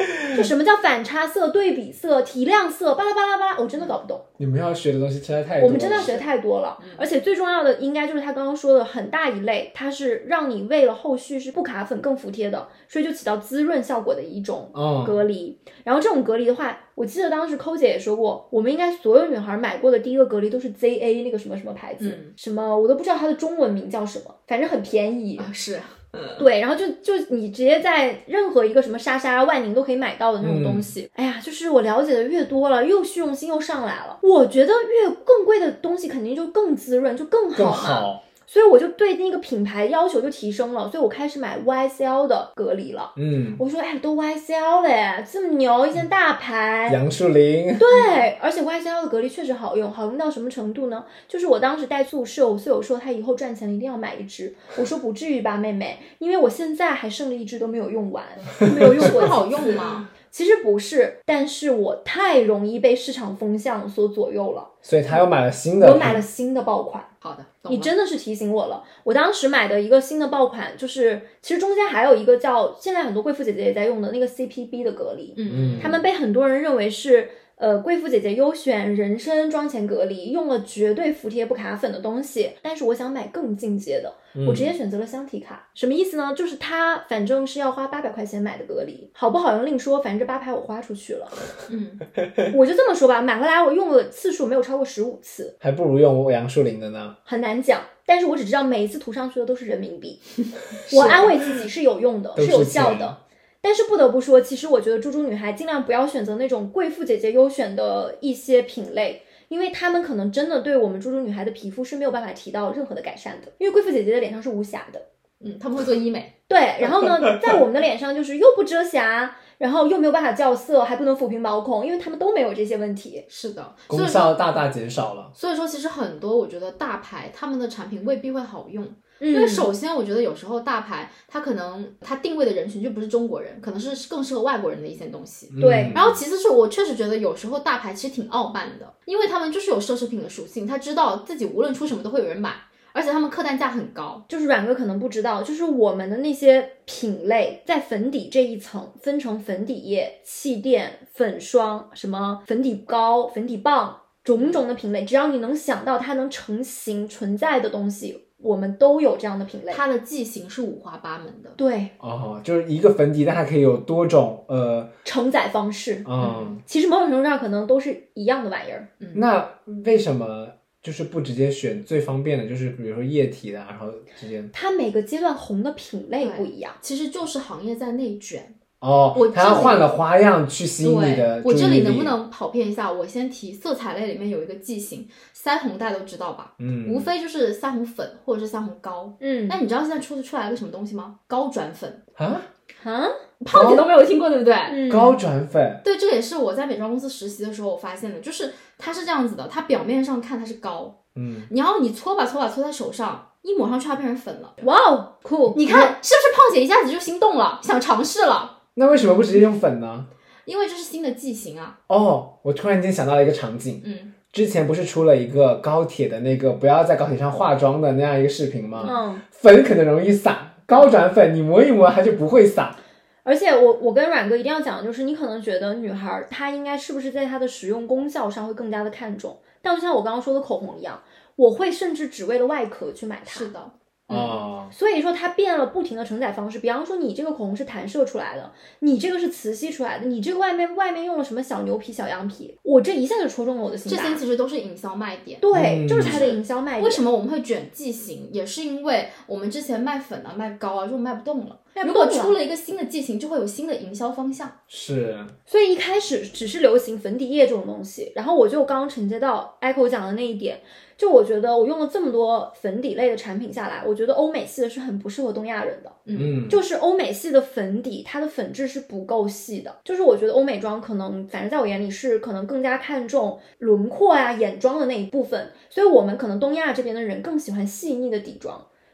就什么叫反差色、对比色、提亮色，巴拉巴拉巴拉，我真的搞不懂。 你们要学的东西实在太多了， 我们真的要学的太多了、嗯、而且最重要的应该就是他刚刚说的很大一类，它是让你为了后续是不卡粉更服帖的，所以就起到滋润效果的一种隔离、嗯、然后这种隔离的话，我记得当时抠姐也说过，我们应该所有女孩买过的第一个隔离都是 Z A 那个什么什么牌子、嗯、什么我都不知道它的中文名叫什么，反正很便宜、 啊、是对，然后就就你直接在任何一个什么莎莎万宁都可以买到的那种东西、嗯、哎呀，就是我了解的越多了，又虚荣心又上来了，我觉得越更贵的东西肯定就更滋润，就更好嘛， 更好， 所以我就对那个品牌要求就提升了，所以我开始买 Y S L 的隔离了。嗯，我说哎，都 Y S L 嘞，这么牛，一件大牌， 杨树林。 对，而且 Y S L 的隔离确实好用，好用到什么程度呢？就是我当时带宿舍，我室友说他以后赚钱了一定要买一支，我说不至于吧，妹妹，因为我现在还剩了一支都没有用完，没有用过。 好用吗？ 其实不是，但是我太容易被市场风向所左右了， 所以他又买了新的。 我买了新的爆款。 好的， 你真的是提醒我了。我当时买的一个新的爆款，就是其实中间还有一个叫现在很多贵妇姐姐也在用的那个 C P B 的隔离，嗯，他们被很多人认为是呃贵妇姐姐优选人参妆前隔离，用了绝对服帖不卡粉的东西，但是我想买更进阶的。我直接选择了香缇卡、嗯、什么意思呢？就是它反正是要花八百块钱买的隔离，好不好用另说，反正这八排我花出去了。嗯，我就这么说吧，买回来我用的次数没有超过十五次， 还不如用杨树林的呢。 很难讲，但是我只知道每一次涂上去的都是人民币，我安慰自己是有用的，是有效的。但是不得不说，其实我觉得猪猪女孩尽量不要选择那种贵妇姐姐优选的一些品类，因为他们可能真的对我们猪猪女孩的皮肤是没有办法提到任何的改善的，因为贵妇姐姐的脸上是无瑕的。 嗯，他们会做医美。 对，然后呢在我们的脸上就是又不遮瑕，然后又没有办法校色，还不能抚平毛孔，因为他们都没有这些问题。 是的， 功效大大减少了。 所以说其实很多我觉得大牌他们的产品未必会好用，因为首先我觉得有时候大牌它可能它定位的人群就不是中国人，可能是更适合外国人的一些东西。 对、嗯、 然后其次是我确实觉得有时候大牌其实挺傲慢的，因为他们就是有奢侈品的属性，他知道自己无论出什么都会有人买，而且他们客单价很高。 就是软哥可能不知道，就是我们的那些品类在粉底这一层分成粉底液、气垫、粉霜、什么粉底膏、粉底棒，种种的品类，只要你能想到它能成型存在的东西，我们都有这样的品类。 它的剂型是五花八门的。 对， 哦，就是一个粉底但它可以有多种呃承载方式。 嗯， 其实某种程度上可能都是一样的玩意儿。 嗯，那为什么就是不直接选最方便的，就是比如说液体的，然后直接它每个阶段红的品类不一样， 其实就是行业在内卷。 哦，我他换了花样去吸引你的注意力。 我这里能不能跑偏一下？我先提色彩类里面有一个剂型，腮红大家都知道吧？嗯，无非就是腮红粉或者是腮红膏。嗯，那你知道现在出出来了个什么东西吗？高转粉啊啊， 胖姐都没有听过，对不对？ 嗯、 高转粉， 对，这也是我在美妆公司实习的时候我发现的，就是它是这样子的，它表面上看它是膏，嗯，然后你搓吧搓吧搓在手上，一抹上去它变成粉了。 哇哦，酷！ 你看是不是胖姐一下子就心动了，想尝试了？ 那为什么不直接用粉呢？ 因为这是新的剂型啊。 哦，我突然间想到了一个场景。嗯，之前不是出了一个高铁的那个不要在高铁上化妆的那样一个视频吗？嗯，粉可能容易洒，高转粉你磨一磨它就不会洒。 而且我我跟阮哥一定要讲的就是，你可能觉得女孩她应该是不是在她的使用功效上会更加的看重，但就像我刚刚说的口红一样，我会甚至只为了外壳去买它。 是的。 哦、 嗯，所以说它变了不停的承载方式，比方说你这个口红是弹射出来的，你这个是磁吸出来的，你这个外面外面用了什么小牛皮小羊皮，我这一下就戳中了我的心这些其实都是营销卖点。 对、嗯、就是它的营销卖点。 为什么我们会卷剂型，也是因为我们之前卖粉啊卖膏啊就卖不动了，如果出了一个新的剂型就会有新的营销方向。 是， 所以一开始只是流行粉底液这种东西，然后我就刚刚承接到 Echo 讲的那一点，就我觉得我用了这么多粉底类的产品下来，我觉得欧美系的是很不适合东亚人的。嗯，就是欧美系的粉底它的粉质是不够细的，就是我觉得欧美妆可能反正在我眼里是可能更加看重轮廓呀、眼妆的那一部分，所以我们可能东亚这边的人更喜欢细腻的底妆。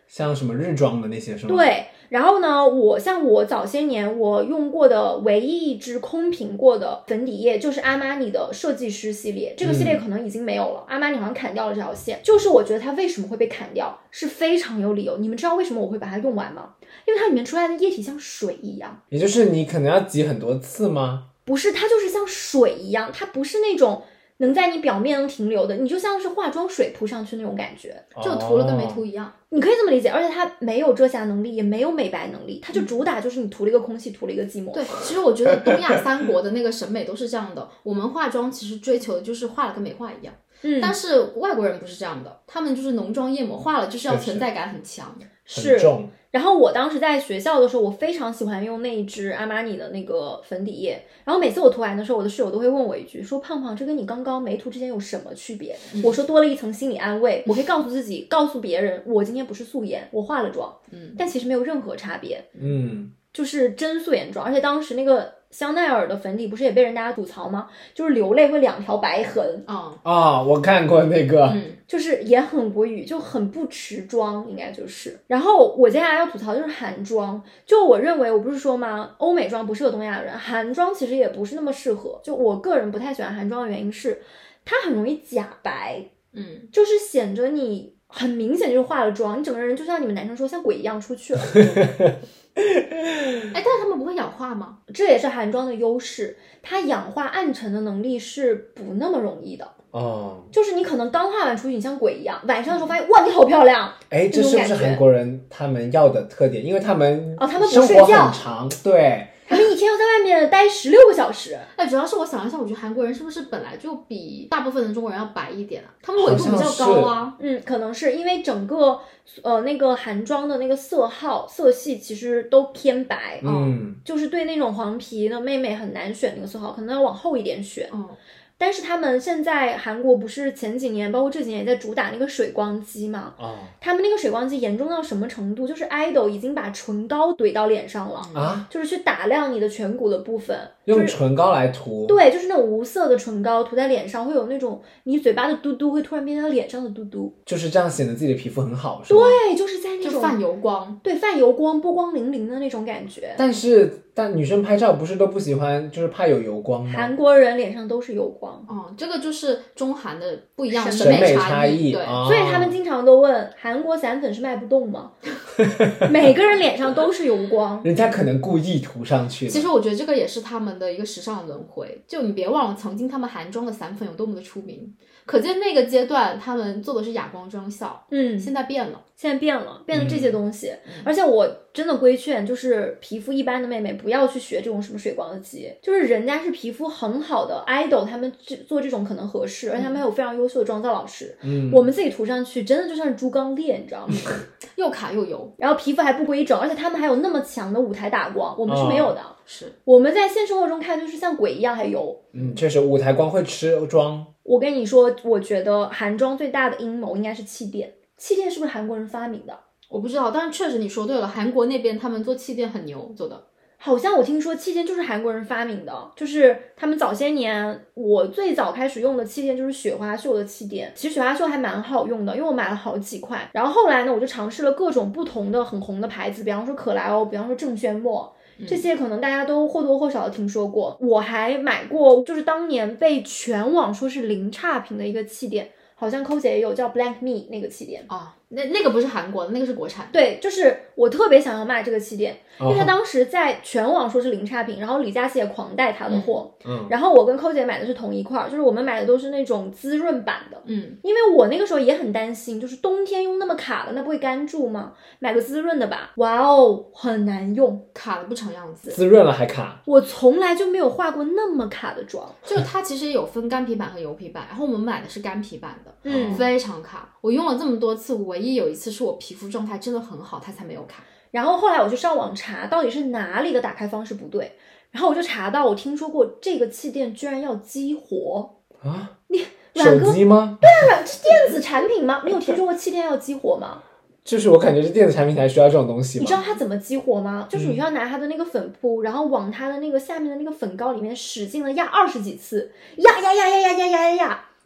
像什么日妆的那些是吗？ 对，然后呢，我像我早些年我用过的唯一一支空瓶过的粉底液就是阿玛尼的设计师系列，这个系列可能已经没有了，嗯、阿玛尼好像砍掉了这条线。就是我觉得它为什么会被砍掉是非常有理由，你们知道为什么我会把它用完吗？因为它里面出来的液体像水一样。 也就是你可能要挤很多次吗？ 不是，它就是像水一样，它不是那种能在你表面能停留的，你就像是化妆水铺上去那种感觉， 就涂了跟没涂一样、哦、 你可以这么理解。而且它没有遮瑕能力，也没有美白能力，它就主打就是你涂了一个空气，涂了一个寂寞。 对，其实我觉得东亚三国的那个审美都是这样的，我们化妆其实追求的就是化了跟没化一样，嗯，但是外国人不是这样的，他们就是浓妆艳抹，化了就是要存在感很强， 是很重。然后我当时在学校的时候，我非常喜欢用那一支阿玛尼的那个粉底液，然后每次我涂完的时候，我的室友都会问我一句，说胖胖这跟你刚刚没涂之前有什么区别、嗯、我说多了一层心理安慰，我可以告诉自己告诉别人我今天不是素颜，我化了妆，嗯，但其实没有任何差别， 嗯， 就是真素颜妆。而且当时那个香奈儿的粉底不是也被人家吐槽吗？就是流泪会两条白痕啊啊、哦，我看过那个， 嗯，就是也很无语，就很不持妆，应该就是。然后我接下来要吐槽就是韩妆，就我认为我不是说吗，欧美妆不适合东亚人，韩妆其实也不是那么适合。就我个人不太喜欢韩妆的原因是，它很容易假白， 嗯， 就是显着你很明显就是化了妆，你整个人就像你们男生说像鬼一样出去了。 哎，但是他们不会氧化吗？ 这也是韩妆的优势，它氧化暗沉的能力是不那么容易的哦。 就是你可能刚化完出去你像鬼一样，晚上的时候发现哇你好漂亮， 哎，这是不是韩国人他们要的特点？因为他们哦他们不睡生活觉很长，对， 他们一天要在外面待十六个小时。 哎，主要是我想一下，我觉得韩国人是不是本来就比大部分的中国人要白一点啊？他们纬度比较高啊。 嗯，可能是因为整个呃那个韩妆的那个色号色系其实都偏白， 嗯， 就是对那种黄皮的妹妹很难选那个色号，可能要往后一点选。 嗯。 但是他们现在韩国不是前几年包括这几年也在主打那个水光肌嘛、 哦、 他们那个水光肌严重到什么程度，就是 idol 已经把唇膏怼到脸上了啊， 就是去打亮你的颧骨的部分， 用唇膏来涂、 就是、对，就是那种无色的唇膏涂在脸上会有那种你嘴巴的嘟嘟会突然变成脸上的嘟嘟， 就是这样显得自己的皮肤很好是吗？ 对，就是在那种就泛油光， 对，泛油光波光粼粼的那种感觉。 但是但女生拍照不是都不喜欢，就是怕有油光吗？ 韩国人脸上都是油光。 哦，这个就是中韩的不一样的审美差异，对、 哦， 所以他们经常都问韩国散粉是卖不动吗？每个人脸上都是油光， 人家可能故意涂上去的。 其实我觉得这个也是他们的一个时尚轮回，就你别忘了曾经他们韩妆的散粉有多么的出名，可见那个阶段他们做的是哑光妆效， 嗯， 现在变了， 现在变了，变了这些东西、嗯、而且我真的规劝就是皮肤一般的妹妹不要去学这种什么水光肌，就是人家是皮肤很好的 idol 他们做这种可能合适，而且他们还有非常优秀的妆造老师， 嗯， 我们自己涂上去真的就像是猪刚鬣，你知道吗？ 又卡又油， 然后皮肤还不规整，而且他们还有那么强的舞台打光，我们是没有的、哦、 是我们在现生活中看就是像鬼一样还油。 嗯，确实舞台光会吃妆。 我跟你说，我觉得韩妆最大的阴谋应该是气垫，气垫是不是韩国人发明的？ 我不知道，但是确实你说对了，韩国那边他们做气垫很牛做的。 好像我听说气垫就是韩国人发明的，就是他们早些年我最早开始用的气垫就是雪花秀的气垫，其实雪花秀还蛮好用的，因为我买了好几块。然后后来呢，我就尝试了各种不同的很红的牌子，比方说可莱欧，比方说郑轩墨，这些可能大家都或多或少的听说过。我还买过就是当年被全网说是零差评的一个气垫，好像抠姐也有叫 Blank Me 那个气垫啊、哦，那那个不是韩国的，那个是国产。 对，就是我特别想要卖这个气垫，因为它当时在全网说是零差评，然后李佳琦也狂带它的货， 嗯， 然后我跟抠姐买的是同一块，就是我们买的都是那种滋润版的， 嗯， 因为我那个时候也很担心，就是冬天用那么卡的，那不会干住吗？买个滋润的吧，哇哦，很难用， 卡的不成样子， 滋润了还卡， 我从来就没有化过那么卡的妆， 就它其实有分干皮版和油皮版，然后我们买的是干皮版的， 嗯， 非常卡，我用了这么多次，唯一有一次是我皮肤状态真的很好，它才没有卡。 然后后来我就上网查到底是哪里的打开方式不对，然后我就查到我听说过这个气垫居然要激活啊！ 你手机吗？ 对啊，软是电子产品吗？你有听说过气垫要激活吗？ 就是我感觉是电子产品才需要这种东西。 你知道它怎么激活吗？就是你要拿它的那个粉扑、嗯、然后往它的那个下面的那个粉膏里面使劲的压二十几次，压压压压压压压压压，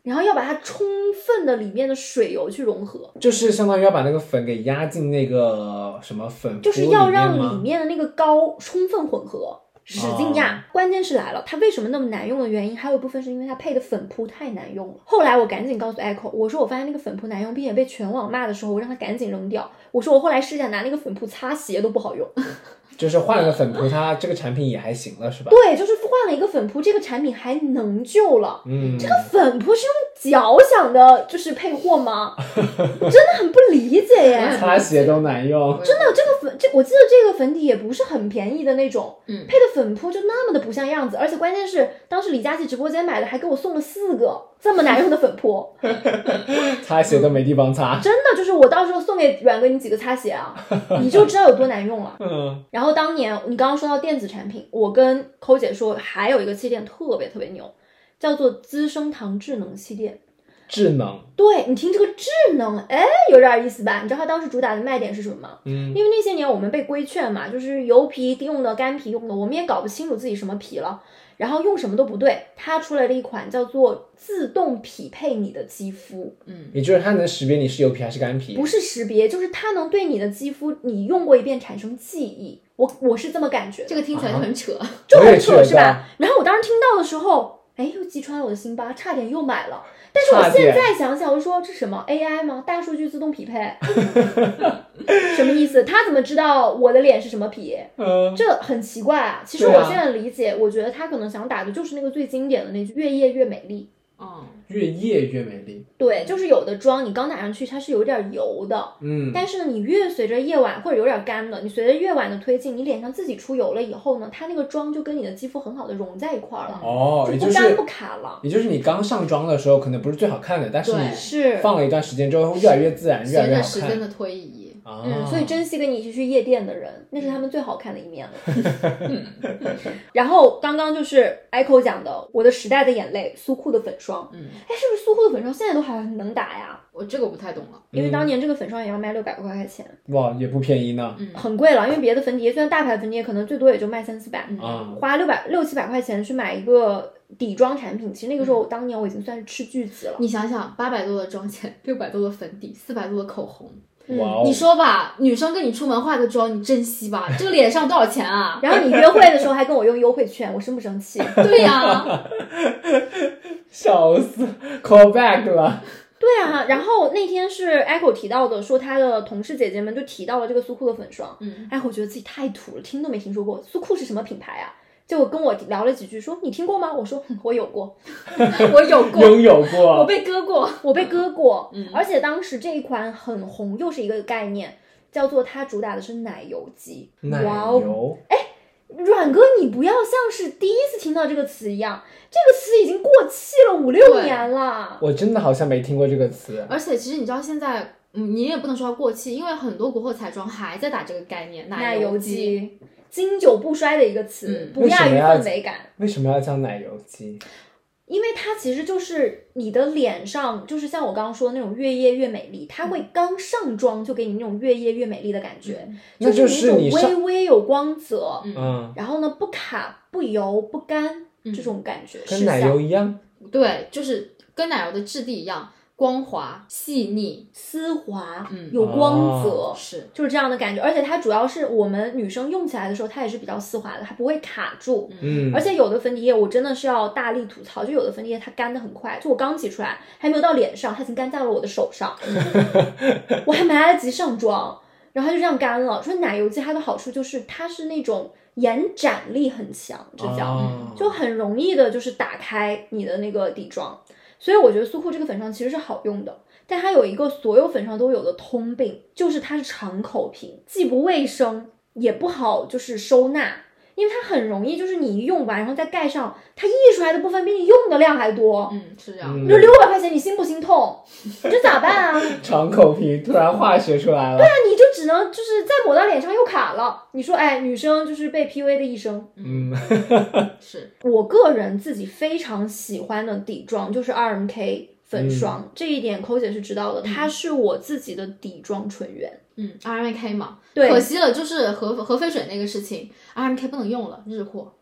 然后要把它充分的里面的水油去融合， 就是相当于要把那个粉给压进那个什么粉扑就是要让里面吗？ 里面的那个膏充分混合，使劲压、哦、关键是来了，它为什么那么难用的原因还有一部分是因为它配的粉扑太难用了。后来我赶紧告诉 Echo， 我说我发现那个粉扑难用并且被全网骂的时候，我让他赶紧扔掉。我说我后来试一下拿那个粉扑擦鞋都不好用就是换了个粉扑，它这个产品也还行了是吧？ 对，就是换了一个粉扑，这个产品还能救了。 嗯， 这个粉扑是用脚想的，就是配货吗？我真的很不理解耶。 擦鞋都难用， 真的，这个粉，这我记得这个粉底也不是很便宜的那种，嗯，配的粉扑就那么的不像样子，而且关键是当时李佳琦直播间买的还给我送了四个这么难用的粉扑， 擦鞋都没地方擦。 真的，就是我到时候送给阮哥你几个擦鞋啊，你就知道有多难用了。嗯，然后当年你刚刚说到电子产品，我跟抠姐说还有一个气垫特别特别牛，叫做资生堂智能气垫。 智能， 对，你听这个智能，哎，有点意思吧？你知道它当时主打的卖点是什么吗？嗯，因为那些年我们被规劝嘛，就是油皮用的、干皮用的，我们也搞不清楚自己什么皮了，然后用什么都不对。它出来了一款叫做自动匹配你的肌肤， 嗯，也就是它能识别你是油皮还是干皮， 不是识别，就是它能对你的肌肤你用过一遍产生记忆。我我是这么感觉的， 这个听起来就很扯， 啊、就很扯是吧？然后我当时听到的时候，哎，又击穿了我的心巴，差点又买了。但是我现在想想，我说这什么 A I 吗？大数据自动匹配，什么意思？他怎么知道我的脸是什么皮？嗯，这很奇怪啊。其实我现在理解，啊、我觉得他可能想打的就是那个最经典的那句“越夜越美丽”。 嗯， 越夜越美丽。 对，就是有的妆你刚打上去它是有点油的，嗯，但是呢，你越随着夜晚或者有点干的，你随着夜晚的推进，你脸上自己出油了以后呢，它那个妆就跟你的肌肤很好的融在一块了， 哦， 就不干不卡了。 也就是你刚上妆的时候可能不是最好看的，但是你是放了一段时间之后越来越自然，越来越好看。 随着时间的推移。 啊、 嗯，所以珍惜跟你一起去夜店的人，那是他们最好看的一面了。然后刚刚就是 Echo 讲的我的时代的眼泪，苏酷的粉霜，嗯，哎，是不是苏酷的粉霜现在都还能打呀？ 我这个我不太懂了， 因为当年这个粉霜也要卖六百多块钱， 哇，也不便宜呢， 嗯，很贵了。因为别的粉底液，虽然大牌粉底液可能最多也就卖三四百，啊、嗯，花六百六七百块钱去买一个底妆产品，其实那个时候、嗯、当年我已经算是斥巨资了。 你想想，八百多的妆钱，六百多的粉底，四百多的口红。 嗯、哇、 你说吧，女生跟你出门化个妆，你珍惜吧，这个脸上多少钱啊？ 然后你约会的时候还跟我用优惠券，我生不生气？ 对呀、啊， 笑死 ，call back 了。 对啊，然后那天是 Echo 提到的，说他的同事姐姐们就提到了这个苏酷的粉霜，嗯 ，Echo 觉得自己太土了，听都没听说过。苏酷是什么品牌啊？就跟我聊了几句，说你听过吗？我说我有过，我有过， 拥有过， 我被割过， 我被割过。嗯，而且当时这一款很红，又是一个概念，叫做它主打的是奶油肌。 奶油， 哎，阮哥，你不要像是第一次听到这个词一样，这个词已经过气了五六年了。 我真的好像没听过这个词。 而且其实你知道现在，嗯，你也不能说它过气，因为很多国货彩妆还在打这个概念， 奶油肌。经久不衰的一个词，嗯、不亚于氛围感。 为什么要叫奶油肌？ 因为它其实就是你的脸上，就是像我刚刚说的那种越夜越美丽，它会刚上妆就给你那种越夜越美丽的感觉， 嗯、就是那种微微有光泽， 嗯， 然后呢不卡不油不干、嗯、这种感觉， 跟奶油一样。 对，就是跟奶油的质地一样。光滑、细腻、 丝滑，嗯，有光泽， 哦、 是就是这样的感觉。而且它主要是我们女生用起来的时候，它也是比较丝滑的，它不会卡住。 嗯， 而且有的粉底液我真的是要大力吐槽，就有的粉底液它干得很快，就我刚挤出来还没有到脸上，它已经干在了我的手上，我还没来得及上妆，然后它就这样干了。所以奶油肌它的好处就是它是那种延展力很强，这叫、 哦、 就很容易的就是打开你的那个底妆。所以我觉得苏酷这个粉霜其实是好用的，但它有一个所有粉霜都有的通病，就是它是长口瓶，既不卫生也不好就是收纳，因为它很容易就是你一用完然后再盖上，它溢出来的部分比你用的量还多。 嗯，是这样。 你说六百块钱你心不心痛？你这咋办啊？ 长口瓶突然化学出来了。 对啊，你就只能就是再抹到脸上又卡了。你说哎，女生就是被 P U A 的一生。 嗯， 是我个人自己非常喜欢的底妆就是 R M K 粉霜、嗯、这一点抠姐是知道的、嗯、它是我自己的底妆纯源。 嗯 R M K 嘛， 对， 可惜了就是核核废水那个事情 R M K 不能用了，日货。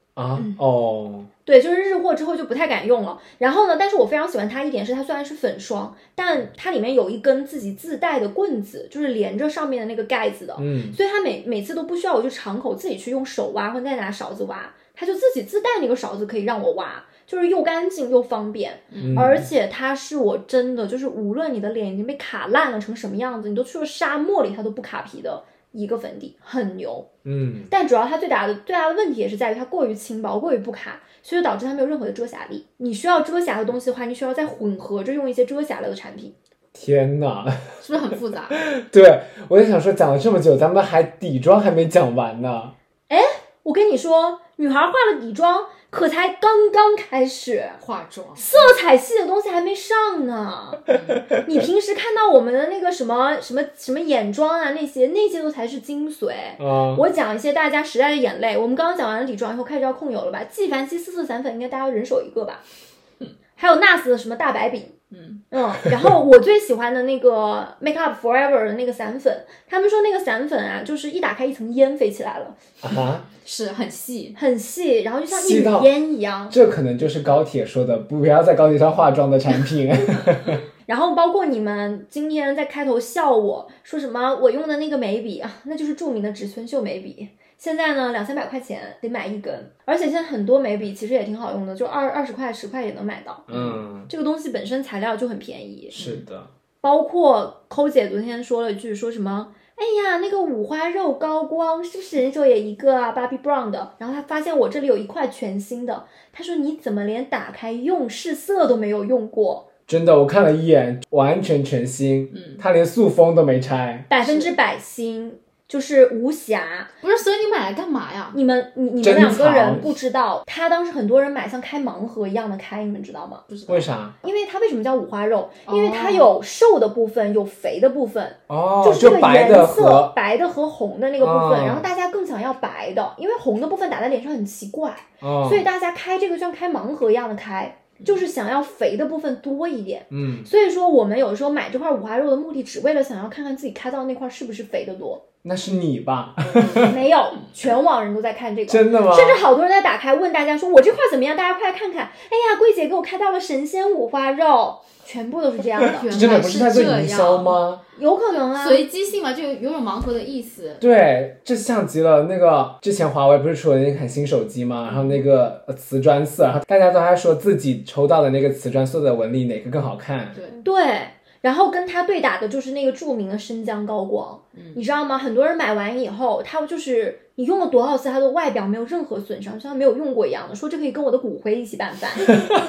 啊、嗯、哦， 对，就是日货之后就不太敢用了。然后呢，但是我非常喜欢它一点是它虽然是粉霜，但它里面有一根自己自带的棍子，就是连着上面的那个盖子的， 嗯， 所以它每每次都不需要我去敞口自己去用手挖或者再拿勺子挖，它就自己自带那个勺子可以让我挖，就是又干净又方便、 嗯、 而且它是我真的就是无论你的脸已经被卡烂了成什么样子，你都去了沙漠里它都不卡皮的一个粉底，很牛。 嗯， 但主要它最大的最大的问题也是在于它过于轻薄过于不卡，所以导致它没有任何的遮瑕力。你需要遮瑕的东西的话，你需要再混合着用一些遮瑕类的产品。 天哪， 是不是很复杂？ 对，我也想说讲了这么久咱们还底妆还没讲完呢。 哎，我跟你说，女孩化了底妆可才刚刚开始， 化妆色彩系的东西还没上呢、嗯、你平时看到我们的那个什么什么什么眼妆啊，那些那些都才是精髓、 嗯、 我讲一些大家时代的眼泪。我们刚刚讲完了底妆以后开始要控油了吧，纪梵希四色散粉应该大家人手一个吧、嗯、还有 N A R S 的什么大白饼，嗯嗯，然后我最喜欢的那个 Make Up Forever 的那个散粉，他们说那个散粉啊，就是一打开一层烟飞起来了啊， 是很细很细，然后就像一缕烟一样。 这可能就是高铁说的不要在高铁上化妆的产品。 然后包括你们今天在开头笑我说什么我用的那个眉笔啊，那就是著名的植村秀眉笔，现在呢两三百块钱得买一根，而且现在很多眉笔其实也挺好用的，就二二十块十块也能买到。 嗯， 这个东西本身材料就很便宜。 是的， 包括抠姐昨天说了一句说什么哎呀那个五花肉高光是不是人手也一个啊 Bobbi Brown 的，然后她发现我这里有一块全新的，她说你怎么连打开用试色都没有用过。 真的，我看了一眼，完全全新，嗯，它连塑封都没拆， 百分之百新，就是无瑕。 不是，所以你买来干嘛呀？ 你们你你们两个人不知道，他当时很多人买像开盲盒一样的开，你们知道吗？ 不知道。 为啥？ 因为它为什么叫五花肉？因为它有瘦的部分，有肥的部分， 哦， 就是这个颜色白的和红的那个部分、 哦， 然后大家更想要白的，因为红的部分打在脸上很奇怪， 哦， 所以大家开这个像开盲盒一样的开。就是想要肥的部分多一点， 嗯， 所以说我们有时候买这块五花肉的目的，只为了想要看看自己开到那块是不是肥的多。 那是你吧？ 没有，全网人都在看这个， 真的吗？ 甚至好多人在打开问大家说：“我这块怎么样？大家快来看看！”哎呀，桂姐给我开到了神仙五花肉，全部都是这样的。 真的不是在做营销吗？ 有可能啊， 随机性嘛，就有种盲盒的意思。 对，这像极了那个之前华为不是出了那款新手机吗？然后那个瓷砖色，然后大家都还说自己抽到的那个瓷砖色的纹理哪个更好看。 对对。然后跟他对打的就是那个著名的生姜高光、嗯、你知道吗？很多人买完以后他就是你用了多少次他的外表没有任何损伤，就像没有用过一样的，说这可以跟我的骨灰一起拌饭。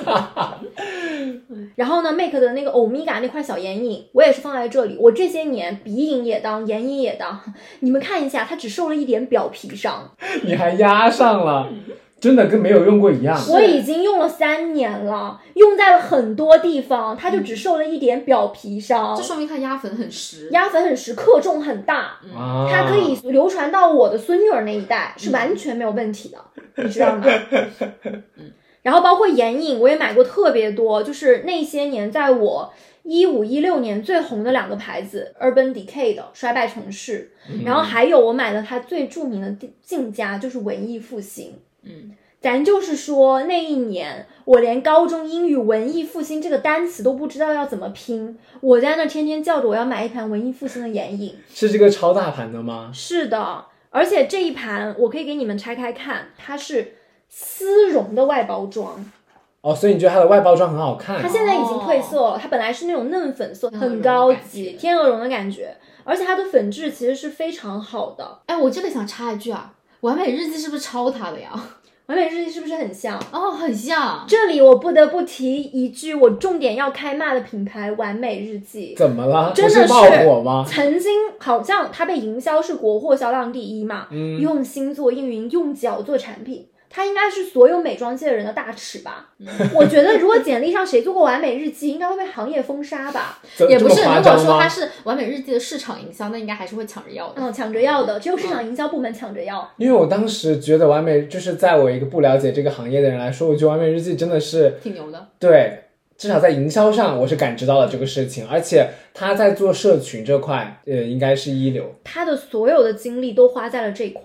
然后呢 Make 的那个欧米伽那块小眼影我也是放在这里，我这些年鼻影也当眼影也当，你们看一下它只受了一点表皮伤。 你还压上了，真的跟没有用过一样。 我已经用了三年了，用在了很多地方，它就只受了一点表皮伤。 这说明它压粉很实， 压粉很实，克重很大、 嗯、 它可以流传到我的孙女儿那一代、嗯、是完全没有问题的、嗯、你知道吗？嗯，然后包括眼影我也买过特别多，就是那些年在我一五一六年最红的两个牌子 Urban Decay 的衰败城市、嗯、然后还有我买的它最著名的进家就是文艺复兴。嗯，咱就是说那一年我连高中英语文艺复兴这个单词都不知道要怎么拼，我在那天天叫着我要买一盘文艺复兴的眼影。 是这个超大盘的吗？ 是的，而且这一盘我可以给你们拆开看，它是丝绒的外包装。 哦，所以你觉得它的外包装很好看？ 它现在已经褪色了、哦、它本来是那种嫩粉色，很高级天鹅绒的感觉，而且它的粉质其实是非常好的。 哎，我这里想插一句啊，完美日记是不是抄它的呀？ 完美日记是不是很像？ 哦，很像。 这里我不得不提一句我重点要开骂的品牌完美日记。 怎么了？ 真的是爆火吗？ 曾经好像它被营销是国货销量第一嘛、嗯、用心做运营，用脚做产品，它应该是所有美妆界的人的大耻吧、嗯、我觉得如果简历上谁做过完美日记应该会被行业封杀吧。 也不是，如果说它是完美日记的市场营销，那应该还是会抢着要的。 嗯，抢着要的，只有市场营销部门抢着要、 嗯、因为我当时觉得完美，就是在我一个不了解这个行业的人来说，我觉得完美日记真的是挺牛的。 对，至少在营销上我是感知到了这个事情，而且他在做社群这块呃，应该是一流， 他的所有的精力都花在了这块。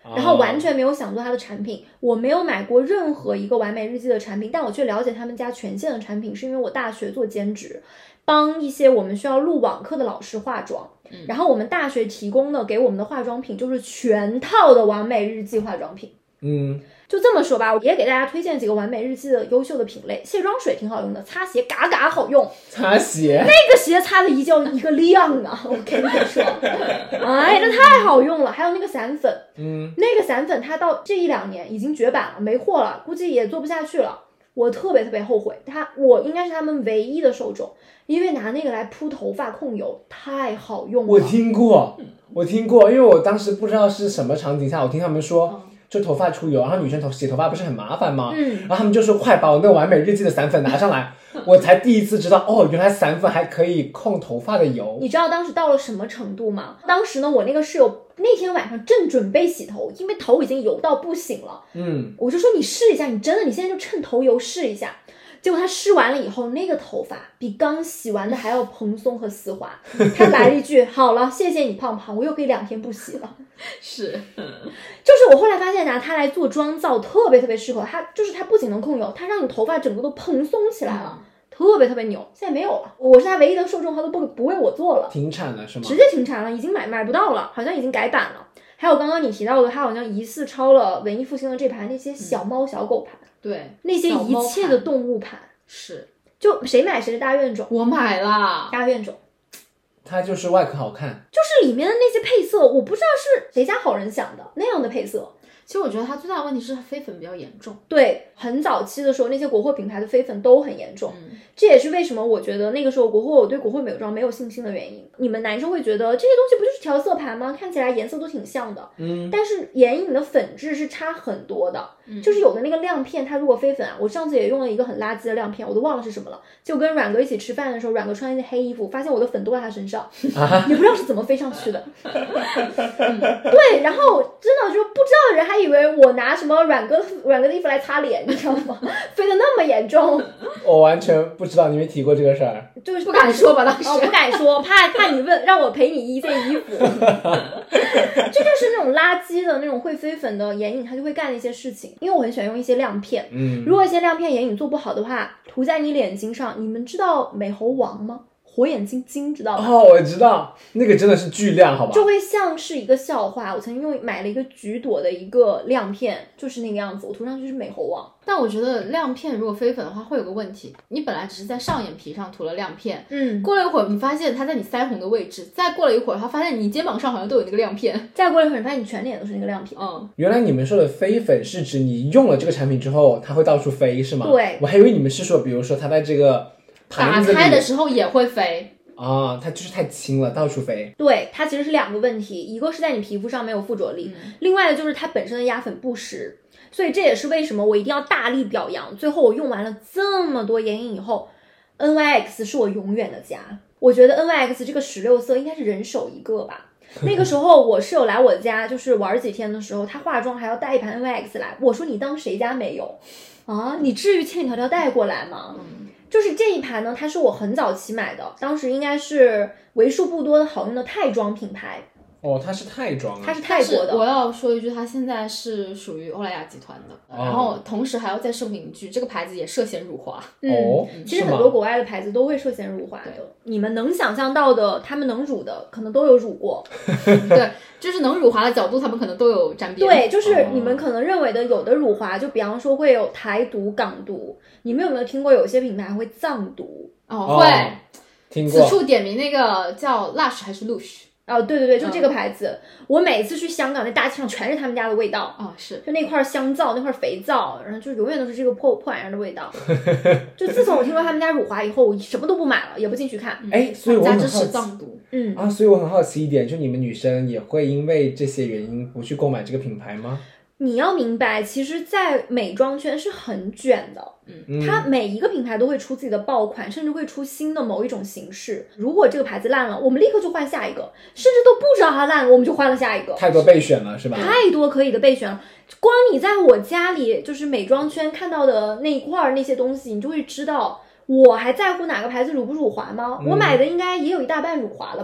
然后完全没有想做它的产品。我没有买过任何一个完美日记的产品，但我却了解他们家全线的产品，是因为我大学做兼职，帮一些我们需要录网课的老师化妆，然后我们大学提供的给我们的化妆品就是全套的完美日记化妆品。 嗯， 就这么说吧，我也给大家推荐几个完美日记的优秀的品类。卸妆水挺好用的，擦鞋嘎嘎好用， 擦鞋那个鞋擦的一叫一个亮啊，我跟你说，哎，这太好用了。还有那个散粉， 嗯， 那个散粉它到这一两年已经绝版了，没货了，估计也做不下去了。我特别特别后悔，它我应该是他们唯一的受众，因为拿那个来铺头发控油太好用了。 我听过，我听过，因为我当时不知道是什么场景下，我听他们说。嗯，就头发出油，然后女生头洗头发不是很麻烦吗？ 嗯， 然后他们就说快把我那个完美日记的散粉拿上来，我才第一次知道哦，原来散粉还可以控头发的油。 你知道当时到了什么程度吗？当时呢，我那个室友那天晚上正准备洗头，因为头已经油到不行了。 嗯， 我就说你试一下，你真的你现在就趁头油试一下。结果他试完了以后，那个头发比刚洗完的还要蓬松和丝滑。他来了一句好了，谢谢你胖胖，我又可以两天不洗了。 是， 就是我后来发现拿它来做妆造特别特别适合它，就是它不仅能控油，它让你头发整个都蓬松起来了，嗯，特别特别牛。现在没有了，我是它唯一的受众，它都不不为我做了， 停产了是吗？ 直接停产了，已经买买不到了，好像已经改版了。还有刚刚你提到的，它好像疑似抄了文艺复兴的这盘那些小猫小狗盘，嗯， 对， 那些一切的动物盘， 是， 就谁买谁是大怨种。 我买了大怨种， 它就是外壳好看， 就是里面的那些配色，我不知道是谁家好人想的那样的配色。 其实我觉得它最大的问题是飞粉比较严重。 对，很早期的时候那些国货品牌的飞粉都很严重，嗯，这也是为什么我觉得那个时候国货我对国货美妆没有信心的原因。你们男生会觉得这些东西不就是调色盘吗？看起来颜色都挺像的，嗯，但是眼影的粉质是差很多的，嗯，就是有的那个亮片它如果飞粉啊，我上次也用了一个很垃圾的亮片，我都忘了是什么了，就跟阮哥一起吃饭的时候，阮哥穿一件黑衣服，发现我的粉都在他身上，啊，也不知道是怎么飞上去的。嗯，对，然后真的就不知道的人还以为我拿什么阮哥阮哥的衣服来擦脸，你知道吗？飞得那么严重， 我完全不知道，你没提过这个事儿， 就是不敢说吧，当时， 哦，不敢说，怕怕你问，让我赔你一件衣服。这就是那种垃圾的那种会飞粉的眼影，它就会干的一些事情。因为我很喜欢用一些亮片，嗯，如果一些亮片眼影做不好的话，涂在你眼睛上，你们知道美猴王吗？火眼金睛知道吗？ 哦，我知道，那个真的是巨亮，好吧？ 就会像是一个笑话。我曾经用买了一个橘朵的一个亮片，就是那个样子，我涂上去是美猴王。 但我觉得亮片如果飞粉的话会有个问题，你本来只是在上眼皮上涂了亮片，嗯，过了一会儿你发现它在你腮红的位置，再过了一会儿它发现你肩膀上好像都有那个亮片， 再过了一会儿你发现你全脸都是那个亮片。 嗯， 原来你们说的飞粉是指你用了这个产品之后它会到处飞是吗？ 对， 我还以为你们是说比如说它在这个打开的时候也会飞啊，它就是太轻了，到处飞。 对，它其实是两个问题，一个是在你皮肤上没有附着力，嗯，另外的就是它本身的压粉不实。所以这也是为什么我一定要大力表扬，最后我用完了这么多眼影以后 N Y X 是我永远的家。我觉得 N Y X 这个十六色应该是人手一个吧。那个时候我室友来我家就是玩几天的时候，他化妆还要带一盘 N Y X 来，我说你当谁家没有啊？你至于千里迢迢带过来吗？嗯，就是这一盘呢，它是我很早期买的，当时应该是为数不多的好用的泰妆品牌。 哦，它是泰妆啊， 它是泰国的。 我要说一句，它现在是属于欧莱雅集团的，哦，然后同时还要再声明一句，这个牌子也涉嫌辱华。 嗯，哦，其实很多国外的牌子都会涉嫌辱华的，你们能想象到的，他们能辱的，可能都有辱过。 对，就是能辱华的角度，他们可能都有沾边。 对，就是你们可能认为的有的辱华，就比方说会有台独、港独，你们有没有听过有些品牌会藏独？ 哦，会，哦， 听过。 此处点名那个叫 Lush 还是 Lush？ 哦，对对对，就这个牌子，嗯，我每次去香港那大街上全是他们家的味道。 哦，是， 就那块香皂，那块肥皂，然后就永远都是这个破破玩意儿的味道。就自从我听说他们家辱华以后，我什么都不买了，也不进去看。 哎，所以我很好奇， 家支持藏独。 嗯啊，所以我很好奇一点，就你们女生也会因为这些原因不去购买这个品牌吗？ 你要明白，其实在美妆圈是很卷的，嗯，它每一个品牌都会出自己的爆款，甚至会出新的某一种形式。如果这个牌子烂了，我们立刻就换下一个，甚至都不知道它烂了，我们就换了下一个。 太多备选了是吧？ 太多可以的备选了。光你在我家里就是美妆圈看到的那一块那些东西，你就会知道我还在乎哪个牌子辱不辱华吗？嗯，我买的应该也有一大半辱华了吧。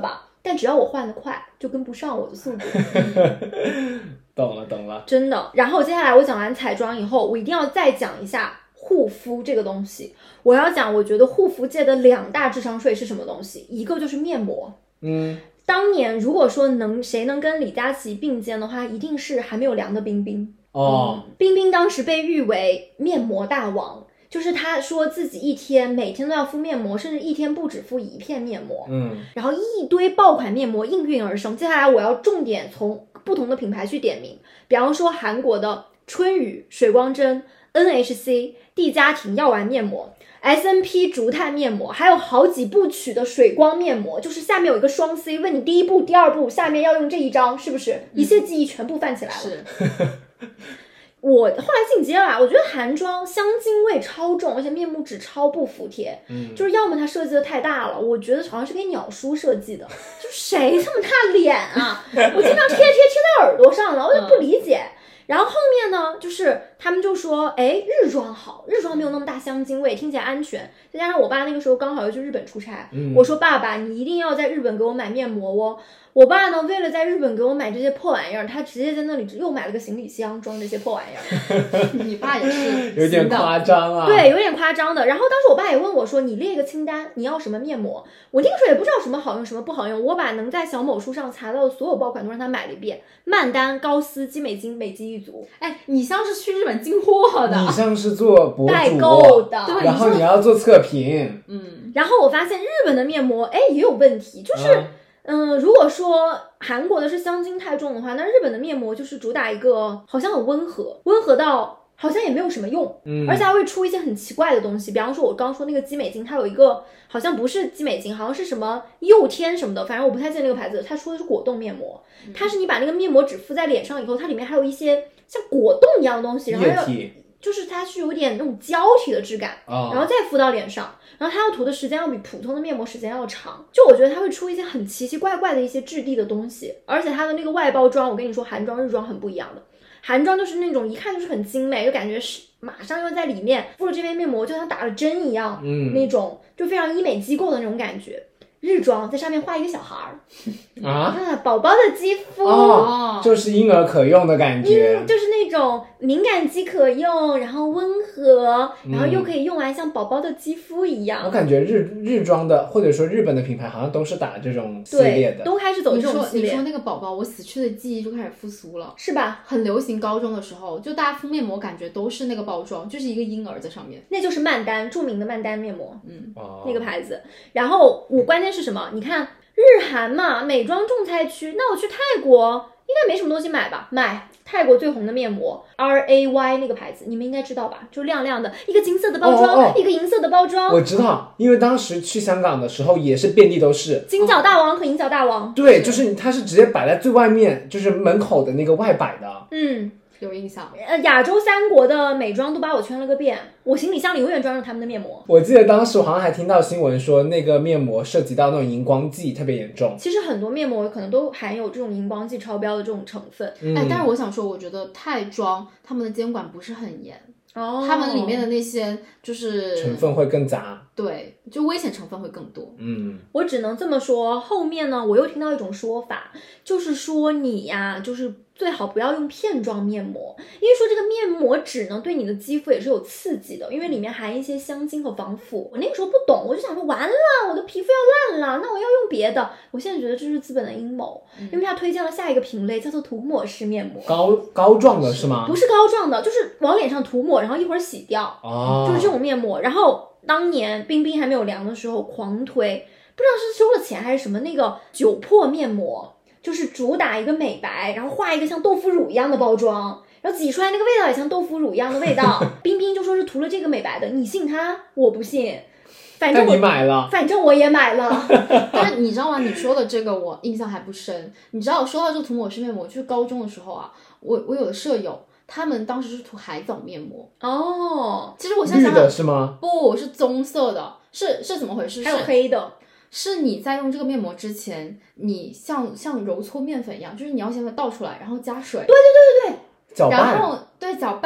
但只要我换得快，就跟不上我的速度。 懂了懂了， 真的。然后接下来我讲完彩妆以后，我一定要再讲一下护肤这个东西。我要讲，我觉得护肤界的两大智商税是什么东西？一个就是面膜。 嗯， 当年如果说能谁能跟李佳琦并肩的话，一定是还没有凉的冰冰。 哦、 嗯，冰冰当时被誉为面膜大王。就是他说自己一天每天都要敷面膜，甚至一天不止敷一片面膜。 嗯， 然后一堆爆款面膜应运而生。接下来我要重点从不同的品牌去点名，比方说韩国的春雨、水光针、N H C、D 家庭药丸面膜、S N P 竹炭面膜，还有好几部曲的水光面膜，就是下面有一个双 C， 问你第一步、第二步，下面要用这一张，是不是？一切记忆全部泛起来了。 是。 我后来进阶了，我觉得韩妆香精味超重，而且面膜纸超不服帖。 嗯， 就是要么它设计的太大了，我觉得好像是给鸟叔设计的，就谁这么大脸啊？我经常贴贴贴到耳朵上了，我就不理解。嗯，然后后面呢，就是他们就说，哎，日妆好，日妆没有那么大香精味，听起来安全。再加上我爸那个时候刚好要去日本出差， 嗯， 我说爸爸，你一定要在日本给我买面膜哦。我爸呢，为了在日本给我买这些破玩意儿，他直接在那里又买了个行李箱装这些破玩意儿。 你爸也是有点夸张啊。 对，有点夸张的。然后当时我爸也问我说，你列一个清单，你要什么面膜？我那个时候也不知道什么好用什么不好用，我把能在小某书上查到的所有爆款都让他买了一遍，曼丹、高丝、肌美金、美肌一族。 哎，你像是去日本进货的， 你像是做博主代购的， 对， 然后你要做测评。 嗯， 然后我发现日本的面膜，哎，也有问题，就是。啊嗯，如果说韩国的是香精太重的话，那日本的面膜就是主打一个好像很温和，温和到好像也没有什么用， 嗯， 而且还会出一些很奇怪的东西，比方说我刚说那个肌美金，它有一个好像不是肌美金，好像是什么佑天什么的，反正我不太记得那个牌子，它出的是果冻面膜，嗯，它是你把那个面膜纸敷在脸上以后，它里面还有一些像果冻一样的东西，然后还有就是它是有点那种胶体的质感， 哦， 然后再敷到脸上。然后它要涂的时间要比普通的面膜时间要长，就我觉得它会出一些很奇奇怪怪的一些质地的东西，而且它的那个外包装，我跟你说韩妆日妆很不一样的，韩妆就是那种一看就是很精美，就感觉是马上要在里面敷了这片面膜就像打了针一样， 嗯， 那种就非常医美机构的那种感觉。日妆在上面画一个小孩儿啊， 宝宝的肌肤哦，就是婴儿可用的感觉， 就是那种敏感肌可用，然后温和，然后又可以用来像宝宝的肌肤一样。 嗯，我感觉日日妆的或者说日本的品牌好像都是打这种系列的， 对，都开始走这种系列。 你说你说那个宝宝，我死去的记忆就开始复苏了， 是吧？ 很流行，高中的时候就大家敷面膜感觉都是那个包装，就是一个婴儿在上面， 那就是曼丹，著名的曼丹面膜， 嗯， 哦， 那个牌子。然后我关键是什么？你看日韩嘛，美妆重灾区，那我去泰国应该没什么东西买吧？买泰国最红的面膜 R A Y 那个牌子，你们应该知道吧？就亮亮的一个金色的包装， 哦哦， 一个银色的包装。 我知道，因为当时去香港的时候也是遍地都是金角大王和银角大王。 对，就是它是直接摆在最外面，就是门口的那个外摆的。 嗯， 有印象。 呃，亚洲三国的美妆都把我圈了个遍，我行李箱里永远装着他们的面膜。 我记得当时我好像还听到新闻说，那个面膜涉及到那种荧光剂，特别严重。 其实很多面膜可能都含有这种荧光剂超标的这种成分。 嗯、 哎，但是我想说，我觉得泰妆他们的监管不是很严。 哦， 他们里面的那些就是成分会更杂， 对，就危险成分会更多。 嗯， 我只能这么说。后面呢，我又听到一种说法，就是说你呀，就是最好不要用片状面膜，因为说这个面膜纸呢，对你的肌肤也是有刺激的，因为里面含一些香精和防腐。我那个时候不懂，我就想说完了，我的皮肤要烂了，那我要用别的。我现在觉得这是资本的阴谋，嗯、因为他推荐了下一个品类，叫做涂抹式面膜， 膏膏状的是吗？ 不是膏状的，就是往脸上涂抹，然后一会儿洗掉， 哦， 就是这种面膜。然后当年冰冰还没有凉的时候狂推，不知道是收了钱还是什么，那个酒粕面膜，就是主打一个美白，然后画一个像豆腐乳一样的包装，然后挤出来那个味道也像豆腐乳一样的味道。冰冰就说是涂了这个美白的，你信他？我不信。反正我你买了， 反正我也买了。 但是你知道吗？你说的这个我印象还不深。你知道我说到这个涂抹式面膜，就是高中的时候啊，我我有的舍友。他们当时是涂海藻面膜哦， 其实我现在想想绿的是吗？ 不是棕色的，是是怎么回事？ 还有黑的， 是你在用这个面膜之前，你像像揉搓面粉一样，就是你要先把它倒出来，然后加水， 对对对对对， 搅拌， 然后对搅拌，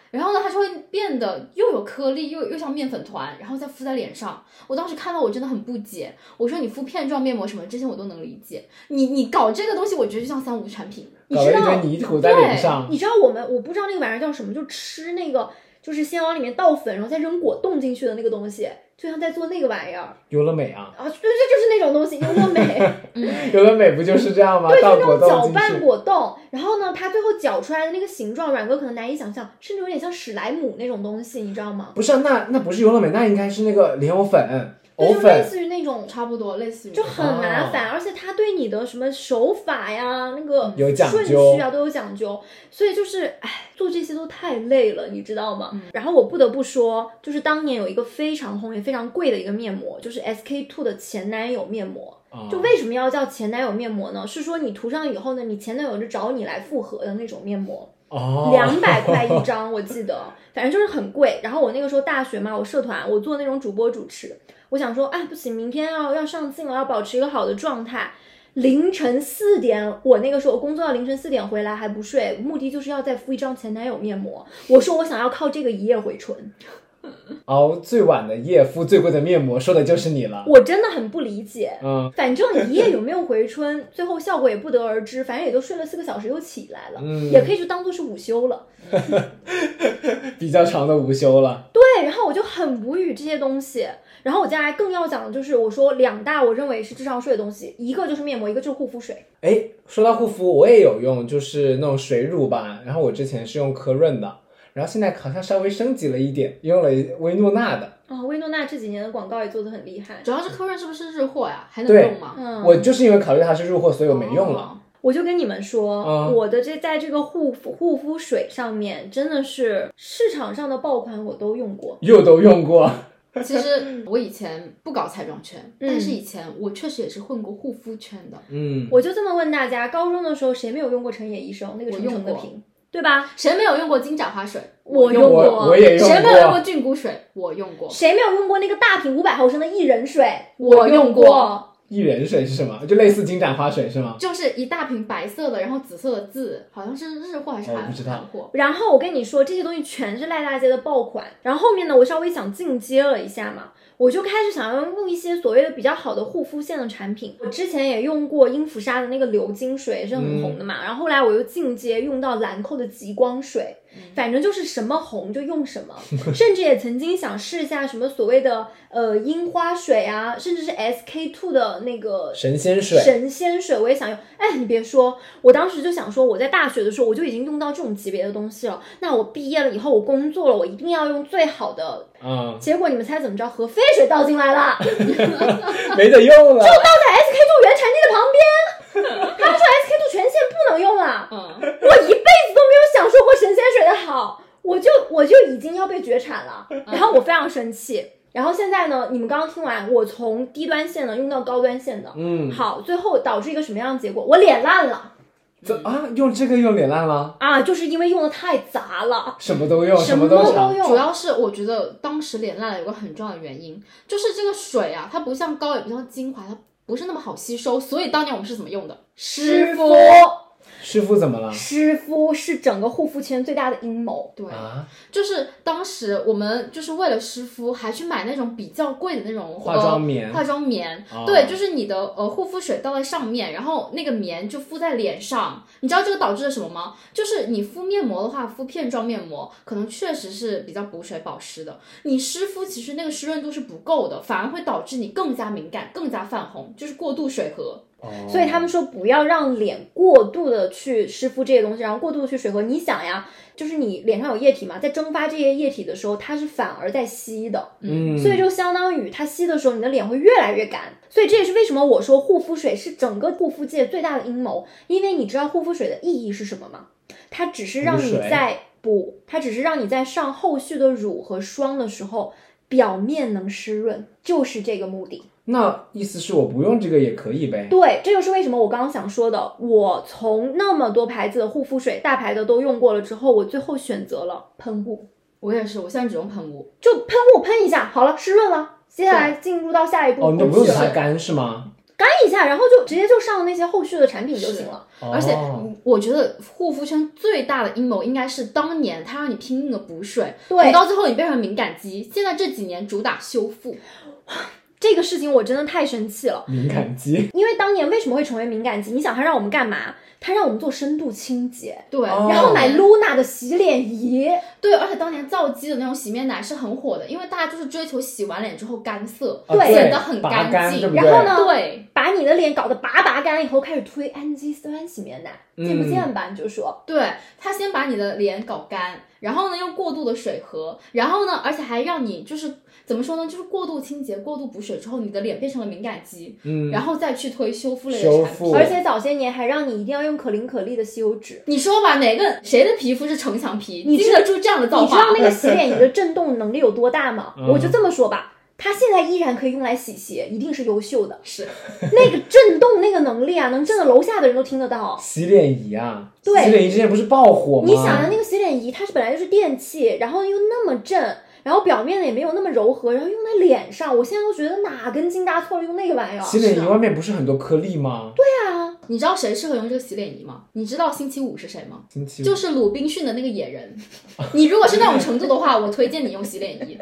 然后呢它就会变得又有颗粒又又像面粉团，然后再敷在脸上。我当时看到我真的很不解，我说你敷片状面膜什么这些我都能理解，你你搞这个东西我觉得就像三无产品， 你知道搞了一堆泥土在脸上。 你知道我们我不知道那个玩意儿叫什么，就吃那个就是先往里面倒粉然后再扔果冻进去的那个东西，就像在做那个玩意儿。 优乐美啊， 啊，对对，就是那种东西，优乐美。 嗯， 优乐美不就是这样吗？ 对， 倒就那种搅果冻进去拌果冻，然后呢，它最后搅出来的那个形状，阮哥可能难以想象，甚至有点像史莱姆那种东西，你知道吗？ 不是、啊，那那不是优乐美，那应该是那个莲藕粉。 对，就类似于那种， 差不多类似于， 就很麻烦，哦、而且它对你的什么手法呀、那个顺序啊都有讲究，所以就是哎，做这些都太累了，你知道吗？嗯、然后我不得不说，就是当年有一个非常红也非常贵的一个面膜，就是 S K two 的前男友面膜。就为什么要叫前男友面膜呢？是说你涂上以后呢，你前男友就找你来复合的那种面膜。 哦， 两百块一张，我记得，反正就是很贵。然后我那个时候大学嘛，我社团，我做那种主播主持。我想说，哎，不行，明天要要上镜了，要保持一个好的状态。凌晨四点，我那个时候工作到凌晨四点回来还不睡，目的就是要再敷一张前男友面膜。我说我想要靠这个一夜回春。 熬最晚的夜敷最贵的面膜，说的就是你了。 我真的很不理解， 嗯， 反正一夜有没有回春，最后效果也不得而知，反正也就睡了四个小时又起来了， 嗯， 也可以就当做是午休了。 比较长的午休了。 对，然后我就很无语这些东西。然后我接下来更要讲的就是，我说两大我认为是智商税的东西，一个就是面膜，一个就是护肤水。 哎，说到护肤，我也有用，就是那种水乳吧。然后我之前是用科润的，然后现在好像稍微升级了一点，用了薇诺娜的。 哦，薇诺娜这几年的广告也做得很厉害。 主要是科润是不是日货呀？还能用吗？ 嗯， 我就是因为考虑它是日货，所以我没用了。 哦， 我就跟你们说， 嗯、 我的这在这个护肤护肤水上面，真的是市场上的爆款我都用过， 又都用过。 其实我以前不搞彩妆圈， 嗯、 但是以前我确实也是混过护肤圈的。 嗯， 我就这么问大家，高中的时候谁没有用过成野医生那个橙橙的瓶，对吧？ 谁没有用过金盏花水？ 我用过。 我, 我也用过。 谁没有用过菌菇水？我用过。 谁没有用过那个大瓶五百毫升的薏仁水？ 我用过。 薏仁水是什么？就类似金盏花水是吗？ 就是一大瓶白色的，然后紫色的字，好像是日货还是韩货、哦。 然后我跟你说，这些东西全是赖大街的爆款。然后后面呢，我稍微想进阶了一下嘛，我就开始想要用一些所谓的比较好的护肤线的产品。我之前也用过英芙莎的那个流金水，也是很红的嘛。嗯、然后后来我又进阶用到兰蔻的极光水。反正就是什么红就用什么，甚至也曾经想试一下什么所谓的呃樱花水啊，甚至是 S K two 的那个神仙水。 神仙水我也想用。哎，你别说，我当时就想说，我在大学的时候我就已经用到这种级别的东西了。那我毕业了以后，我工作了，我一定要用最好的。 嗯。 结果你们猜怎么着？核废水倒进来了， 没得用了。 就倒在 S K two 原产地的旁边。他说 S K two 全线不能用了。 嗯。 我一辈子都没有享受过神仙水的好，我就我就已经要被绝产了，然后我非常生气。然后现在呢，你们刚刚听完，我从低端线的用到高端线的， 嗯， 好，最后导致一个什么样的结果？我脸烂了。 这啊，用这个用脸烂了啊，就是因为用的太杂了， 什么都用， 什么都用。 主要是我觉得当时脸烂了有个很重要的原因，就是这个水啊，它不像膏也不像精华，它不是那么好吸收，所以当年我们是怎么用的？ 湿敷。 湿敷怎么了？ 湿敷是整个护肤圈最大的阴谋。 对、 啊， 就是当时我们就是为了湿敷，还去买那种比较贵的那种化妆棉。 呃、化妆棉， 啊、 对，就是你的呃护肤水倒在上面，然后那个棉就敷在脸上。你知道这个导致了什么吗？就是你敷面膜的话，敷片状面膜可能确实是比较补水保湿的，你湿敷其实那个湿润度是不够的，反而会导致你更加敏感，更加泛红，就是过度水合。 所以他们说不要让脸过度的去湿敷这些东西，然后过度的去水合。你想呀，就是你脸上有液体嘛，在蒸发这些液体的时候，它是反而在吸的， 嗯， 所以就相当于它吸的时候，你的脸会越来越干。所以这也是为什么我说护肤水是整个护肤界最大的阴谋，因为你知道护肤水的意义是什么吗？它只是让你在不，它只是让你在上后续的乳和霜的时候，表面能湿润，就是这个目的。 那意思是我不用这个也可以呗？ 对，这就是为什么我刚刚想说的，我从那么多牌子的护肤水，大牌的都用过了之后，我最后选择了喷雾。 我也是，我现在只用喷雾， 就喷雾喷一下，好了，湿润了，接下来进入到下一步。 哦，你就不用它干是吗？ 干一下，然后就直接就上那些后续的产品就行了。 而且我觉得护肤圈最大的阴谋应该是当年他让你拼命的补水， 对， 补到最后你变成敏感肌，现在这几年主打修复。 这个事情我真的太生气了。 敏感肌， 因为当年为什么会成为敏感肌？你想他让我们干嘛？他让我们做深度清洁， 对， 然后买 Luna 的洗脸仪， 对，而且当年皂基的那种洗面奶是很火的，因为大家就是追求洗完脸之后干涩， 对， 显得很干净。 然后呢， 对， 把你的脸搞得拔拔干以后，开始推氨基酸洗面奶， 嗯、 见不见吧？你就说， 对，他先把你的脸搞干，然后呢用过度的水合，然后呢，而且还让你就是怎么说呢，就是过度清洁、过度补水之后，你的脸变成了敏感肌， 嗯， 然后再去推修复类的产品， 而且早些年还让你一定要用可伶可俐的吸油纸。 你说吧，哪个谁的皮肤是城墙皮，你经得住这样的造化？ 你知道那个洗脸仪的震动能力有多大吗？ 嗯、 我就这么说吧。它现在依然可以用来洗鞋，一定是优秀的。 是， 那个震动那个能力啊，能震得楼下的人都听得到。 洗脸仪啊， 对， 洗脸仪之前不是爆火吗？ 你想的那个洗脸仪，它是本来就是电器，然后又那么震，然后表面的也没有那么柔和，然后用在脸上，我现在都觉得哪根筋搭错了用那个玩意儿。 洗脸仪外面不是很多颗粒吗？ 对啊， 你知道谁适合用这个洗脸仪吗？你知道星期五是谁吗？ 星期五就是鲁滨逊的那个野人。你如果是那种程度的话，我推荐你用洗脸仪。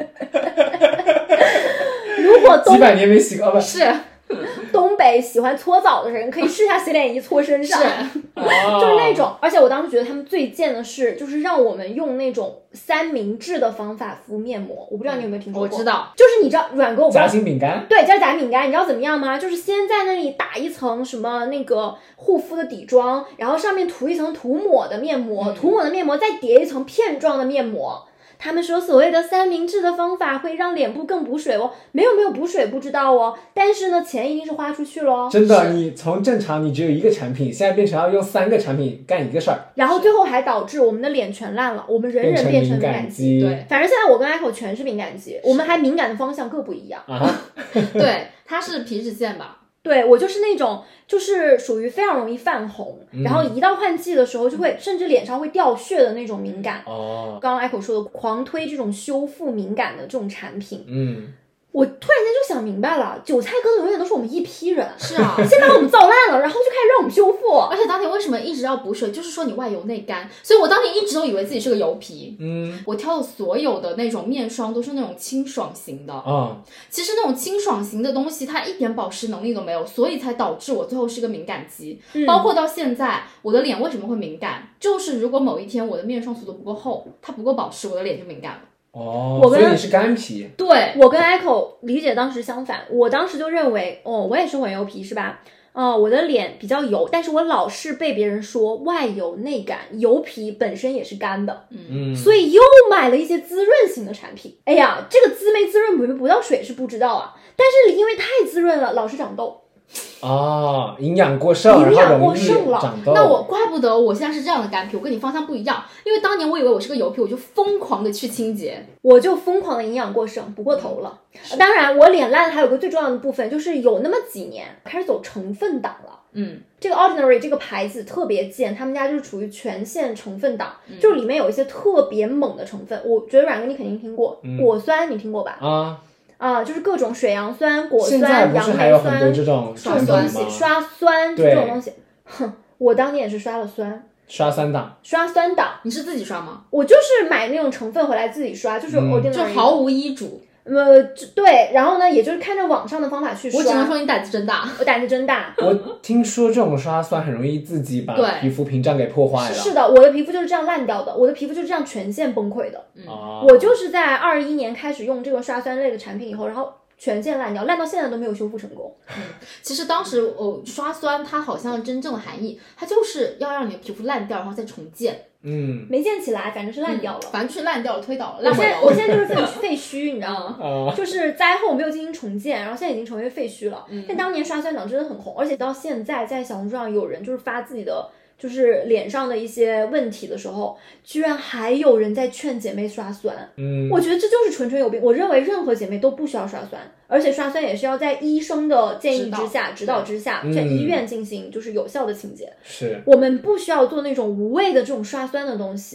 如果几百年没洗过，不是东北喜欢搓澡的人可以试下洗脸仪搓身上， 是就是那种。而且我当时觉得他们最贱的是，就是让我们用那种三明治的方法敷面膜。我不知道你有没有听说过？ 我知道， 就是你知道软膏夹心饼干， 对，叫夹饼干。你知道怎么样吗？就是先在那里打一层什么那个护肤的底妆，然后上面涂一层涂抹的面膜， 嗯、 涂抹的面膜再叠一层片状的面膜。他们说所谓的三明治的方法会让脸部更补水哦，没有没有补水不知道哦，但是呢钱一定是花出去了。 真的，你从正常你只有一个产品，现在变成要用三个产品干一个事儿， 然后最后还导致我们的脸全烂了，我们人人变成敏感肌。 对， 反正现在我跟 Echo 全是敏感肌，我们还敏感的方向各不一样啊。 对，它是皮脂腺吧？ 对，我就是那种就是属于非常容易泛红、 嗯、 然后一到换季的时候就会甚至脸上会掉屑的那种敏感。 哦， 刚刚 Echo 说的狂推这种修复敏感的这种产品， 嗯， 我突然间就想明白了，韭菜割的永远都是我们一批人。 是啊， 先把我们造烂了，然后就开始让我们修复。 而且当年为什么一直要补水，就是说你外油内干，所以我当年一直都以为自己是个油皮。 嗯， 我挑的所有的那种面霜都是那种清爽型的。 啊， 其实那种清爽型的东西它一点保湿能力都没有，所以才导致我最后是个敏感肌、嗯、包括到现在我的脸为什么会敏感，就是如果某一天我的面霜涂的不够厚，它不够保湿，我的脸就敏感了。 哦， 我跟所以你是干皮。 对，我跟 Echo 理解当时相反，我当时就认为哦，我也是混油皮是吧？哦，我的脸比较油，但是我老是被别人说外油内干，油皮本身也是干的， 嗯， 所以又买了一些滋润型的产品。哎呀，这个滋没滋润补不到水是不知道啊，但是因为太滋润了，老是长痘。 哦，营养过剩， 营养过剩了， 长痘。 那我怪不得我现在是这样的干皮，我跟你方向不一样。因为当年我以为我是个油皮，我就疯狂的去清洁， 我就疯狂的营养过剩，补过头了。嗯、当然，我脸烂还有个最重要的部分，就是有那么几年开始走成分党了。 嗯， 这个 Ordinary 这个牌子特别贱，他们家就是处于全线成分党， 嗯、 就是里面有一些特别猛的成分。我觉得软哥你肯定听过， 嗯、 果酸你听过吧？ 啊。 啊，就是各种水杨酸、果酸、 杨梅酸， 还有很多这种这种东西，刷酸这种东西。哼，我当年也是刷了酸， 刷酸档， 刷酸档。 你是自己刷吗？ 我就是买那种成分回来自己刷，就是 Ordinary，、嗯、 就毫无医嘱。 呃，对，然后呢，也就是看着网上的方法去刷。 我只能说你胆子真大， 我胆子真大。 我听说这种刷酸很容易自己把皮肤屏障给破坏了。 是的，我的皮肤就是这样烂掉的，我的皮肤就是这样全线崩溃的。 嗯哦、 我就是在二一年开始用这个刷酸类的产品以后，然后全线烂掉，烂到现在都没有修复成功。 嗯，其实当时哦，刷酸它好像真正的含义，它就是要让你的皮肤烂掉，然后再重建。 嗯， 没建起来，反正是烂掉了， 嗯、反正就是烂掉了，推倒了。 我现在我现在就是废废墟，你知道吗？ 哦、 就是灾后没有进行重建，然后现在已经成为废墟了。 嗯、 但当年刷酸党真的很红，而且到现在在小红书上有人就是发自己的就是脸上的一些问题的时候，居然还有人在劝姐妹刷酸。 嗯， 我觉得这就是纯纯有病。我认为任何姐妹都不需要刷酸，而且刷酸也是要在医生的建议之下、指导之下，在医院进行就是有效的清洁。 是， 我们不需要做那种无谓的这种刷酸的东西。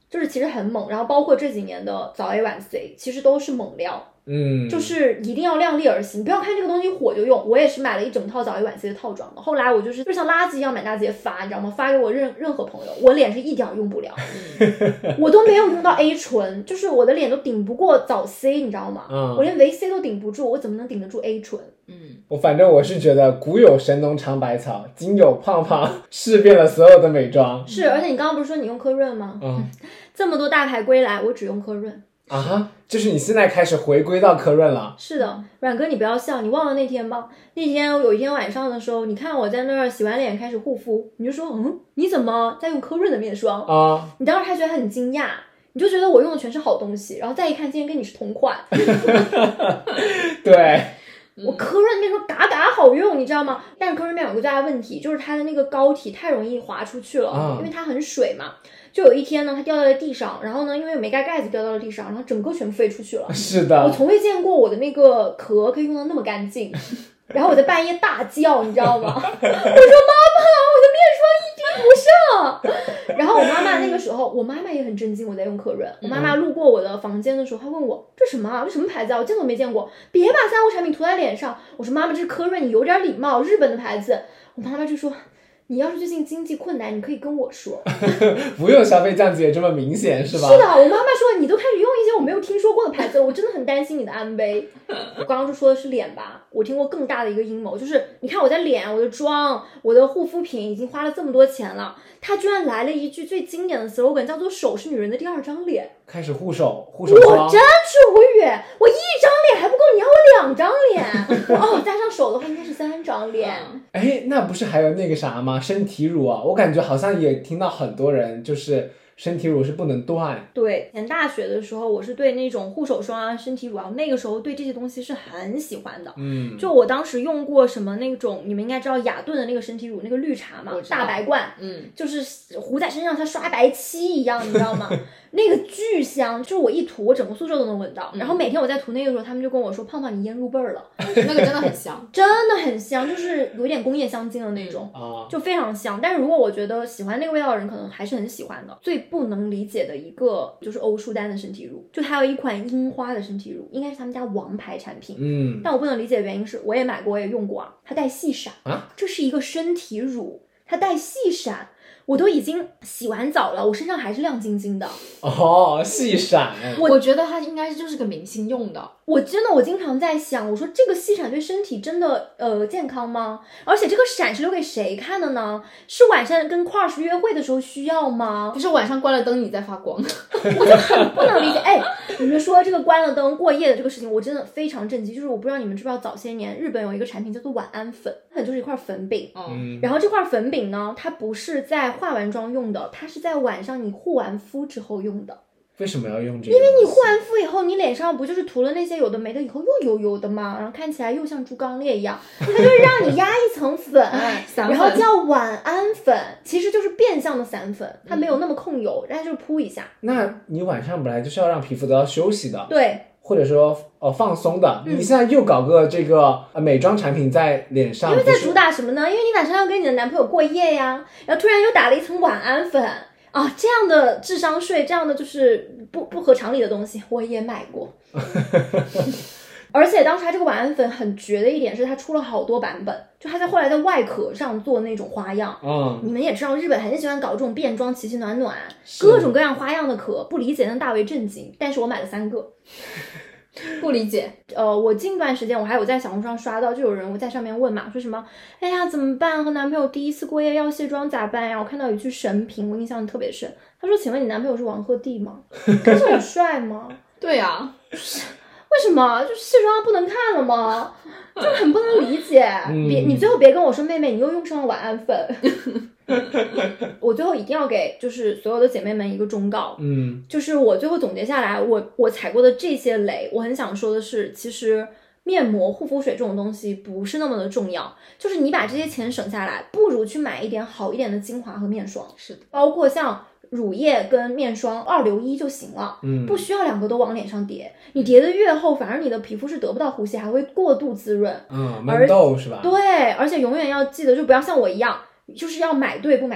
就是其实很猛，然后包括这几年的早 A 晚 C 其实都是猛料。 嗯， 就是一定要量力而行，不要看这个东西火就用。我也是买了一整套早 A 晚 C 的套装的，后来我就是就像垃圾一样满大街发，你知道吗？发给我任任何朋友，我脸是一点用不了，我都没有用到 A 醇，就是我的脸都顶不过早 C， 你知道吗？ 嗯， 我连维 C 都顶不住，我怎么能顶得住 A 醇？ 嗯， 我反正我是觉得古有神农尝百草，今有胖胖试遍了所有的美妆。 是，而且你刚刚不是说你用科润吗？ 嗯， 这么多大牌归来，我只用科润。 啊哈，就是你现在开始回归到科润了。 是的，阮哥你不要笑，你忘了那天吗？那天有一天晚上的时候，你看我在那儿洗完脸开始护肤，你就说嗯，你怎么在用科润的面霜啊？ 你当时还觉得很惊讶，你就觉得我用的全是好东西，然后再一看今天跟你是同款。 对， 我科润面霜嘎嘎好用，你知道吗？但是科润面霜有个最大的问题，就是它的那个膏体太容易滑出去了， 啊、 因为它很水嘛。就有一天呢，它掉在了地上，然后呢，因为没盖盖子掉到了地上，然后整个全部飞出去了。 是的， 我从未见过我的那个壳可以用到那么干净。然后我在半夜大叫，你知道吗？我说妈妈，我的面霜一滴不剩。然后我妈妈那个时候，我妈妈也很震惊我在用科润。我妈妈路过我的房间的时候，她问我这什么啊？这什么牌子啊？我见都没见过。别把三无产品涂在脸上。我说妈妈，这是科润，你有点礼貌，日本的牌子。我妈妈就说，你要是最近经济困难，你可以跟我说。 不用消费降级也这么明显是吧？ 是的，我妈妈说你都开始用一些我没有听说过的牌子了，我真的很担心你的安危。我刚刚就说的是脸吧，我听过更大的一个阴谋，就是你看我的脸、我的妆、我的护肤品已经花了这么多钱了，他居然来了一句最经典的 slogan， 叫做手是女人的第二张脸。 开始护手护手霜， 我真是无语，我一张脸还不够，你要我两张脸？我哦，加上手的话应该是三张脸。 哎，那不是还有那个啥吗？身体乳啊，我感觉好像也听到很多人就是身体乳是不能断。 对，前大学的时候我是对那种护手霜啊、身体乳啊，那个时候对这些东西是很喜欢的。 嗯， 就我当时用过什么那种，你们应该知道雅顿的那个身体乳，那个绿茶嘛，大白罐， 嗯， 就是糊在身上像刷白漆一样，你知道吗？那个巨香，就是我一涂，我整个宿舍都能闻到。嗯、然后每天我在涂那个时候，他们就跟我说：“胖胖，你腌入味儿了。” 那个真的很香， 真的很香，就是有点工业香精的那种， 啊、 就非常香。但是如果我觉得喜欢那个味道的人，可能还是很喜欢的。最不能理解的一个就是欧舒丹的身体乳，就还有一款樱花的身体乳，应该是他们家王牌产品。 嗯， 但我不能理解的原因是，我也买过，我也用过啊，它带细闪啊， 这是一个身体乳，它带细闪。我都已经洗完澡了，我身上还是亮晶晶的。 哦，细闪， 我我觉得它应该就是个明星用的。 我真的，我经常在想，我说这个细闪对身体真的呃健康吗？而且这个闪是留给谁看的呢？是晚上跟 crush 约会的时候需要吗？ 不是晚上关了灯你在发光？ 我就很不能理解。哎，你们说这个关了灯过夜的这个事情，我真的非常震惊。就是我不知道你们知不知道，早些年日本有一个产品叫做晚安粉，它就是一块粉饼。 嗯， 然后这块粉饼呢，它不是在化完妆用的，它是在晚上你护完肤之后用的。 为什么要用这个？ 因为你护完肤以后，你脸上不就是涂了那些有的没的，以后又油油的吗？然后看起来又像猪刚鬣一样，它就是让你压一层粉， 粉然后叫晚安粉，其实就是变相的散粉，它没有那么控油，但是就是扑一下。 那你晚上本来就是要让皮肤得到休息的， 对， 或者说呃放松的， 嗯、 你现在又搞个这个呃美妆产品在脸上， 因为在主打什么呢？因为你晚上要跟你的男朋友过夜呀，然后突然又打了一层晚安粉。啊，这样的智商税，这样的就是不不合常理的东西，我也买过。而且当时它这个晚安粉很绝的一点是，它出了好多版本，就它在后来在外壳上做那种花样。 嗯， 你们也知道，日本很喜欢搞这种变装，奇奇暖暖，各种各样花样的壳，不理解但大为震惊。但是我买了三个。 不理解， 呃，我近段时间我还有在小红书上刷到，就有人在上面问嘛，说什么，哎呀怎么办？和男朋友第一次过夜要卸妆咋办呀？我看到有句神评，我印象特别深，他说：“请问你男朋友是王鹤棣吗？看着很帅吗？” 对啊， 为什么？就卸妆不能看了吗？就很不能理解。 嗯、 别，你最后别跟我说，妹妹，你又用上了晚安粉。我最后一定要给就是所有的姐妹们一个忠告， 嗯， 就是我最后总结下来，我我踩过的这些雷，我很想说的是，其实面膜、护肤水这种东西不是那么的重要，就是你把这些钱省下来，不如去买一点好一点的精华和面霜， 是的， 包括像乳液跟面霜二留一就行了， 嗯， 不需要两个都往脸上叠，你叠的越厚，反而你的皮肤是得不到呼吸，还会过度滋润， 嗯，闷痘是吧？ 对，而且永远要记得，就不要像我一样。就是要买对不买贵，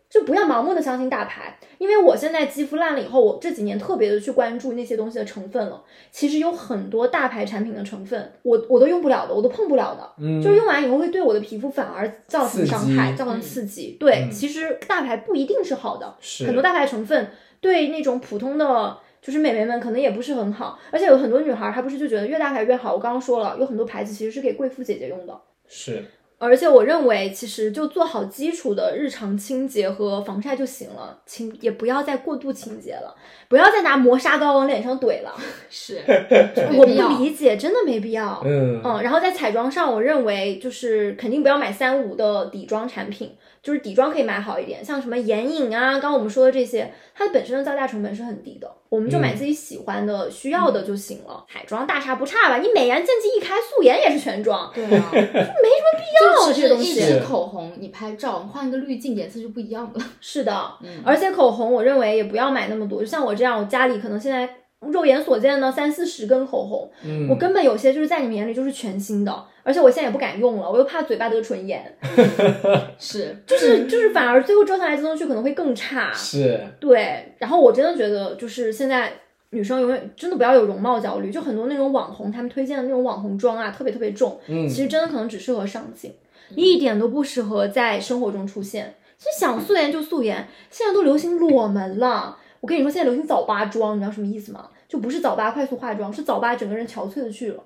就不要盲目的相信大牌，因为我现在肌肤烂了以后，我这几年特别的去关注那些东西的成分了。其实有很多大牌产品的成分，我我都用不了的，我都碰不了的，嗯，就是用完以后会对我的皮肤反而造成伤害，造成刺激。对、嗯，其实大牌不一定是好的，很多大牌成分对那种普通的就是美眉们可能也不是很好，而且有很多女孩她不是就觉得越大牌越好。我刚刚说了，有很多牌子其实是给贵妇姐姐用的， 是。 而且我认为其实就做好基础的日常清洁和防晒就行了，清也不要再过度清洁了，不要再拿磨砂膏往脸上怼了。 是我不理解，真的没必要。 嗯嗯，然后在彩妆上我认为就是肯定不要买三无的底妆产品，就是底妆可以买好一点，像什么眼影啊，刚刚我们说的这些它本身的造价成本是很低的，我们就买自己喜欢的、嗯、需要的就行了。彩妆大差不差吧，你美颜渐剂一开，素颜也是全妆。 对啊，没什么必要。 就只是一支口红你拍照你换一个滤镜颜色就不一样了。 是的、嗯、而且口红我认为也不要买那么多，就像我这样，我家里可能现在肉眼所见的三四十根口红、嗯、我根本有些就是在你们眼里就是全新的，而且我现在也不敢用了，我又怕嘴巴得唇炎。 是就是就是反而最后遮上来遮上去可能会更差。 是， 对，然后我真的觉得就是现在女生永远真的不要有容貌焦虑，就很多那种网红他们推荐的那种网红妆啊特别特别重、嗯、其实真的可能只适合上镜，一点都不适合在生活中出现。其实想素颜就素颜，现在都流行裸门了。我跟你说现在流行早八妆，你知道什么意思吗？就不是早八快速化妆，是早八整个人憔悴的去了。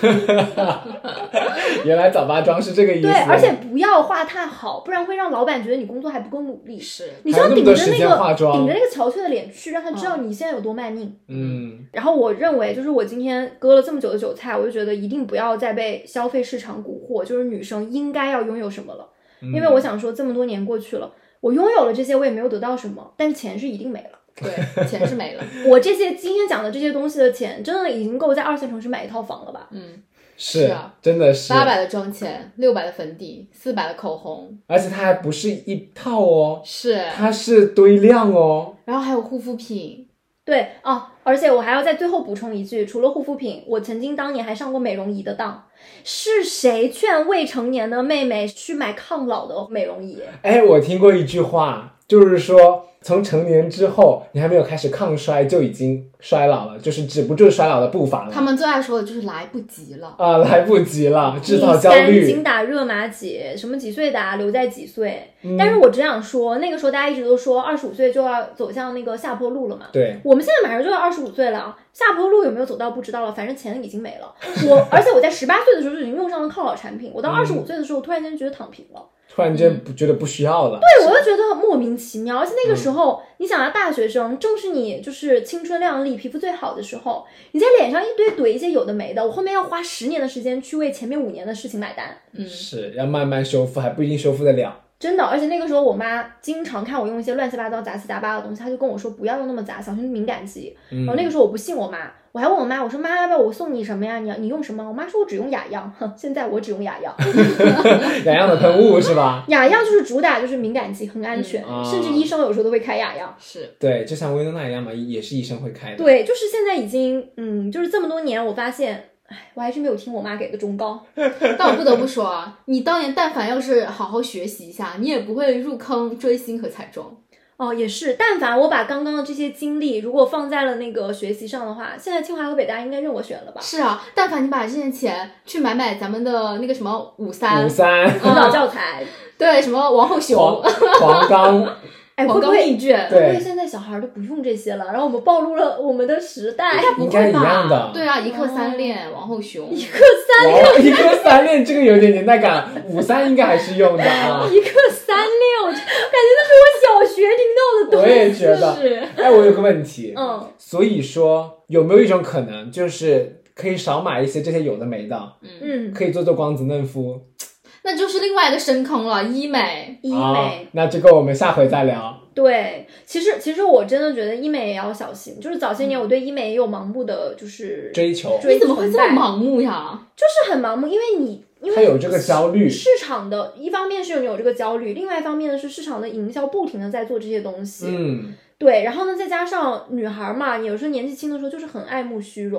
原来早八妆是这个意思。 对，而且不要画太好，不然会让老板觉得你工作还不够努力。 是， 你就要顶着那个顶着那个憔悴的脸去，让他知道你现在有多卖命。 嗯。 然后我认为，就是我今天割了这么久的韭菜，我就觉得一定不要再被消费市场蛊惑，就是女生应该要拥有什么了。嗯、因为我想说，这么多年过去了，我拥有了这些，我也没有得到什么，但是钱是一定没了。 对，钱是没了。 我这些今天讲的这些东西的钱，真的已经够在二线城市买一套房了吧？ 嗯， 是啊，真的是八百的妆前，六百的粉底，四百的口红， 而且它还不是一套哦， 是它是堆量哦， 然后还有护肤品。 对哦，而且我还要在最后补充一句，除了护肤品，我曾经当年还上过美容仪的当。是谁劝未成年的妹妹去买抗老的美容仪？ 哎，我听过一句话，就是说从成年之后你还没有开始抗衰就已经衰老了，就是止不住衰老的步伐了。 他们最爱说的就是来不及了啊，来不及了，制造焦虑。 精打热玛吉，什么几岁打留在几岁、嗯、但是我只想说那个时候大家一直都说二十五岁就要走向那个下坡路了嘛。 对， 我们现在马上就要二十五岁了，下坡路有没有走到不知道了，反正钱已经没了。我而且我在十八岁的时候就已经用上了抗老产品，我到二十五岁的时候、嗯、突然间觉得躺平了， 突然间不觉得不需要了。 对，我就觉得莫名其妙。而且那个时候、嗯、你想要大学生正是你就是青春靓丽皮肤最好的时候，你在脸上一堆怼一些有的没的，我后面要花十年的时间去为前面五年的事情买单。 嗯， 是要慢慢修复，还不一定修复得了。 真的，而且那个时候我妈经常看我用一些乱七八糟杂七杂八的东西，她就跟我说不要用那么杂，小心敏感肌、嗯、然后那个时候我不信我妈，我还问我妈，我说妈要不要我送你什么呀，你你用什么？我妈说我只用雅漾。哼，现在我只用雅漾。 雅漾的喷雾是吧？ 雅漾就是主打就是敏感肌，很安全、嗯、甚至医生有时候都会开雅漾。 是， 对，就像薇诺娜一样嘛，也是医生会开的。 对，就是现在已经嗯，就是这么多年我发现唉，我还是没有听我妈给的忠告。 但我不得不说啊，你当年但凡要是好好学习一下，你也不会入坑追星和彩妆。 哦，也是，但凡我把刚刚的这些经历如果放在了那个学习上的话，现在清华和北大应该任我选了吧。 是啊，但凡你把这些钱去买买咱们的那个什么五三五三辅导教材， 对，什么王后熊黄冈哎， 黄冈密卷， 会不会现在小孩都不用这些了？然后我们暴露了我们的时代。 应该不会吧？ 一样的。 对啊，一课三练，王后熊， 一课三练， 一课三练，这个有点年代感。五三应该还是用的啊。 一课三练，我感觉那是我小学听到的东西。 我也觉得。哎，我有个问题。 嗯。 所以说，有没有一种可能，就是可以少买一些这些有的没的？ 嗯。 可以做做光子嫩肤。 那就是另外一个深坑了，医美， 医美、 哦。那这个我们下回再聊。 对，其实其实我真的觉得医美也要小心，就是早些年我对医美也有盲目的就是追求。 你怎么会这么盲目呀？ 就是很盲目，因为你因为他有这个焦虑， 市场的一方面是有你有这个焦虑，另外一方面呢是市场的营销不停的在做这些东西。 嗯， 对，然后呢再加上女孩嘛，有时候年纪轻的时候就是很爱慕虚荣。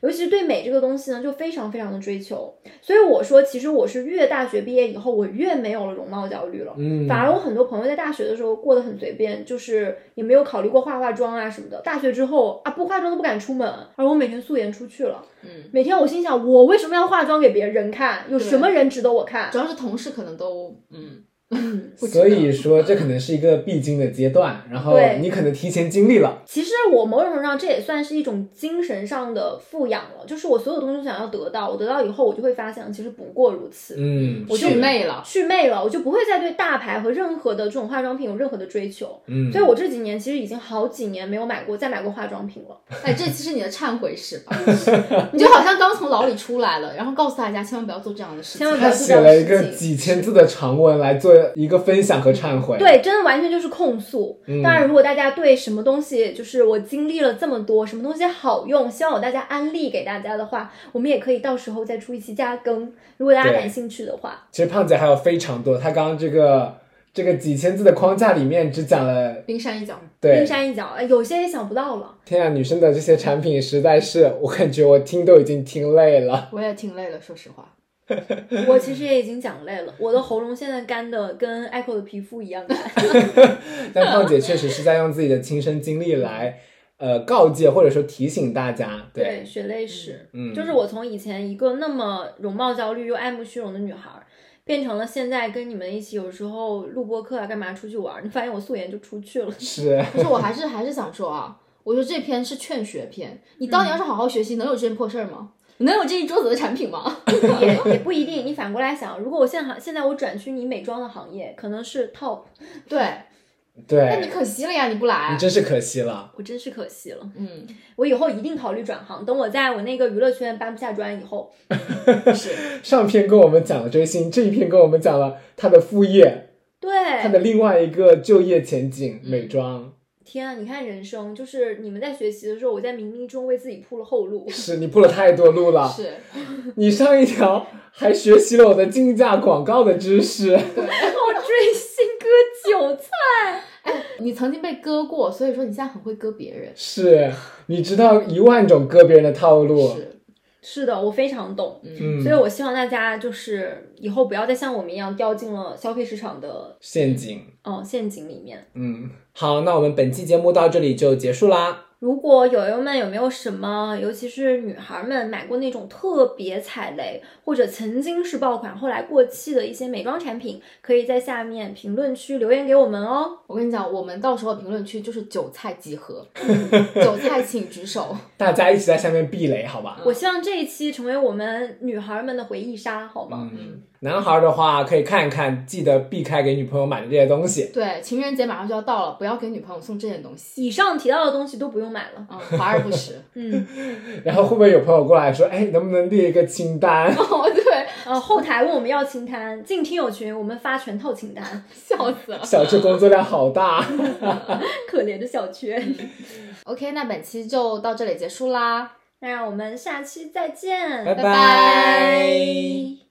尤其是对美这个东西呢，就非常非常的追求。所以我说，其实我是越大学毕业以后，我越没有了容貌焦虑了。 嗯， 反而我很多朋友在大学的时候过得很随便，就是也没有考虑过化化妆啊什么的。大学之后啊，不化妆都不敢出门，而我每天素颜出去了。 嗯， 每天我心想，我为什么要化妆给别人看？有什么人值得我看？ 主要是同事可能都嗯。 所以说这可能是一个必经的阶段，然后你可能提前经历了。 其实我某种程度上这也算是一种精神上的富养了，就是我所有东西想要得到，我得到以后我就会发现其实不过如此。 嗯， 我就祛魅了， 祛魅了，我就不会再对大牌和任何的这种化妆品有任何的追求。 嗯， 所以我这几年其实已经好几年没有买过再买过化妆品了。 哎，这期是你的忏悔史吧？你就好像刚从牢里出来了，然后告诉大家千万不要做这样的事情。 千万不要他写了一个几千字的长文来做一个分享和忏悔。 对，真的完全就是控诉。 嗯、 当然如果大家对什么东西就是我经历了这么多什么东西好用，希望有大家安利给大家的话，我们也可以到时候再出一期加更，如果大家感兴趣的话。 其实胖姐还有非常多，她刚刚这个这个几千字的框架里面只讲了冰山一角， 对， 冰山一角，有些也想不到了。 天啊，女生的这些产品实在是我感觉我听都已经听累了。 我也听累了，说实话。 我其实也已经讲累了，我的喉咙现在干的跟 Echo 的皮肤一样干。 但胖姐确实是在用自己的亲身经历来呃告诫或者说提醒大家。 对, 对，血泪史。 嗯， 就是我从以前一个那么容貌焦虑又爱慕虚荣的女孩，变成了现在跟你们一起有时候录播课啊干嘛出去玩，你发现我素颜就出去了。 是， 可是我还是还是想说啊，我觉得这篇是劝学篇，你当年要是好好学习、嗯、能有这件破事儿吗？能有这一桌子的产品吗？ 也也不一定。你反过来想，如果我现在现在我转去你美妆的行业，可能是 top。 对对， 那你可惜了呀，你不来， 你真是可惜了。 我真是可惜了。 嗯， 我以后一定考虑转行，等我在我那个娱乐圈搬不下砖以后。 是上篇跟我们讲了追星，这一篇跟我们讲了他的副业， 对， 他的另外一个就业前景，嗯、美妆。 天啊，你看人生，就是你们在学习的时候，我在冥冥中为自己铺了后路。 是你铺了太多路了。 是你上一条还学习了我的竞价广告的知识。 对，我追星割韭菜。 哎，你曾经被割过，所以说你现在很会割别人。 是，你知道一万种割别人的套路。 是是的，我非常懂。 嗯， 所以我希望大家就是以后不要再像我们一样掉进了消费市场的陷阱。 哦，陷阱里面。 嗯，好，那我们本期节目到这里就结束啦。 如果友友们有没有什么，尤其是女孩们买过那种特别踩雷，或者曾经是爆款后来过气的一些美妆产品，可以在下面评论区留言给我们哦。 我跟你讲，我们到时候评论区就是韭菜集合，韭菜请举手， 大家一起在下面避雷，好吧？ 我希望这一期成为我们女孩们的回忆杀，好吗？ 嗯，男孩的话可以看一看，记得避开给女朋友买的这些东西。 对，情人节马上就要到了，不要给女朋友送这件东西。 以上提到的东西都不用买了， 嗯，华而不实。 嗯， 然后会不会有朋友过来说，哎，能不能列一个清单？ 哦，对， 呃，后台问我们要清单，进听友群我们发全套清单， 笑死了。 小雀工作量好大， 可怜的小雀。 嗯、OK， 那本期就到这里结束啦， 那让我们下期再见， 拜拜。 拜拜。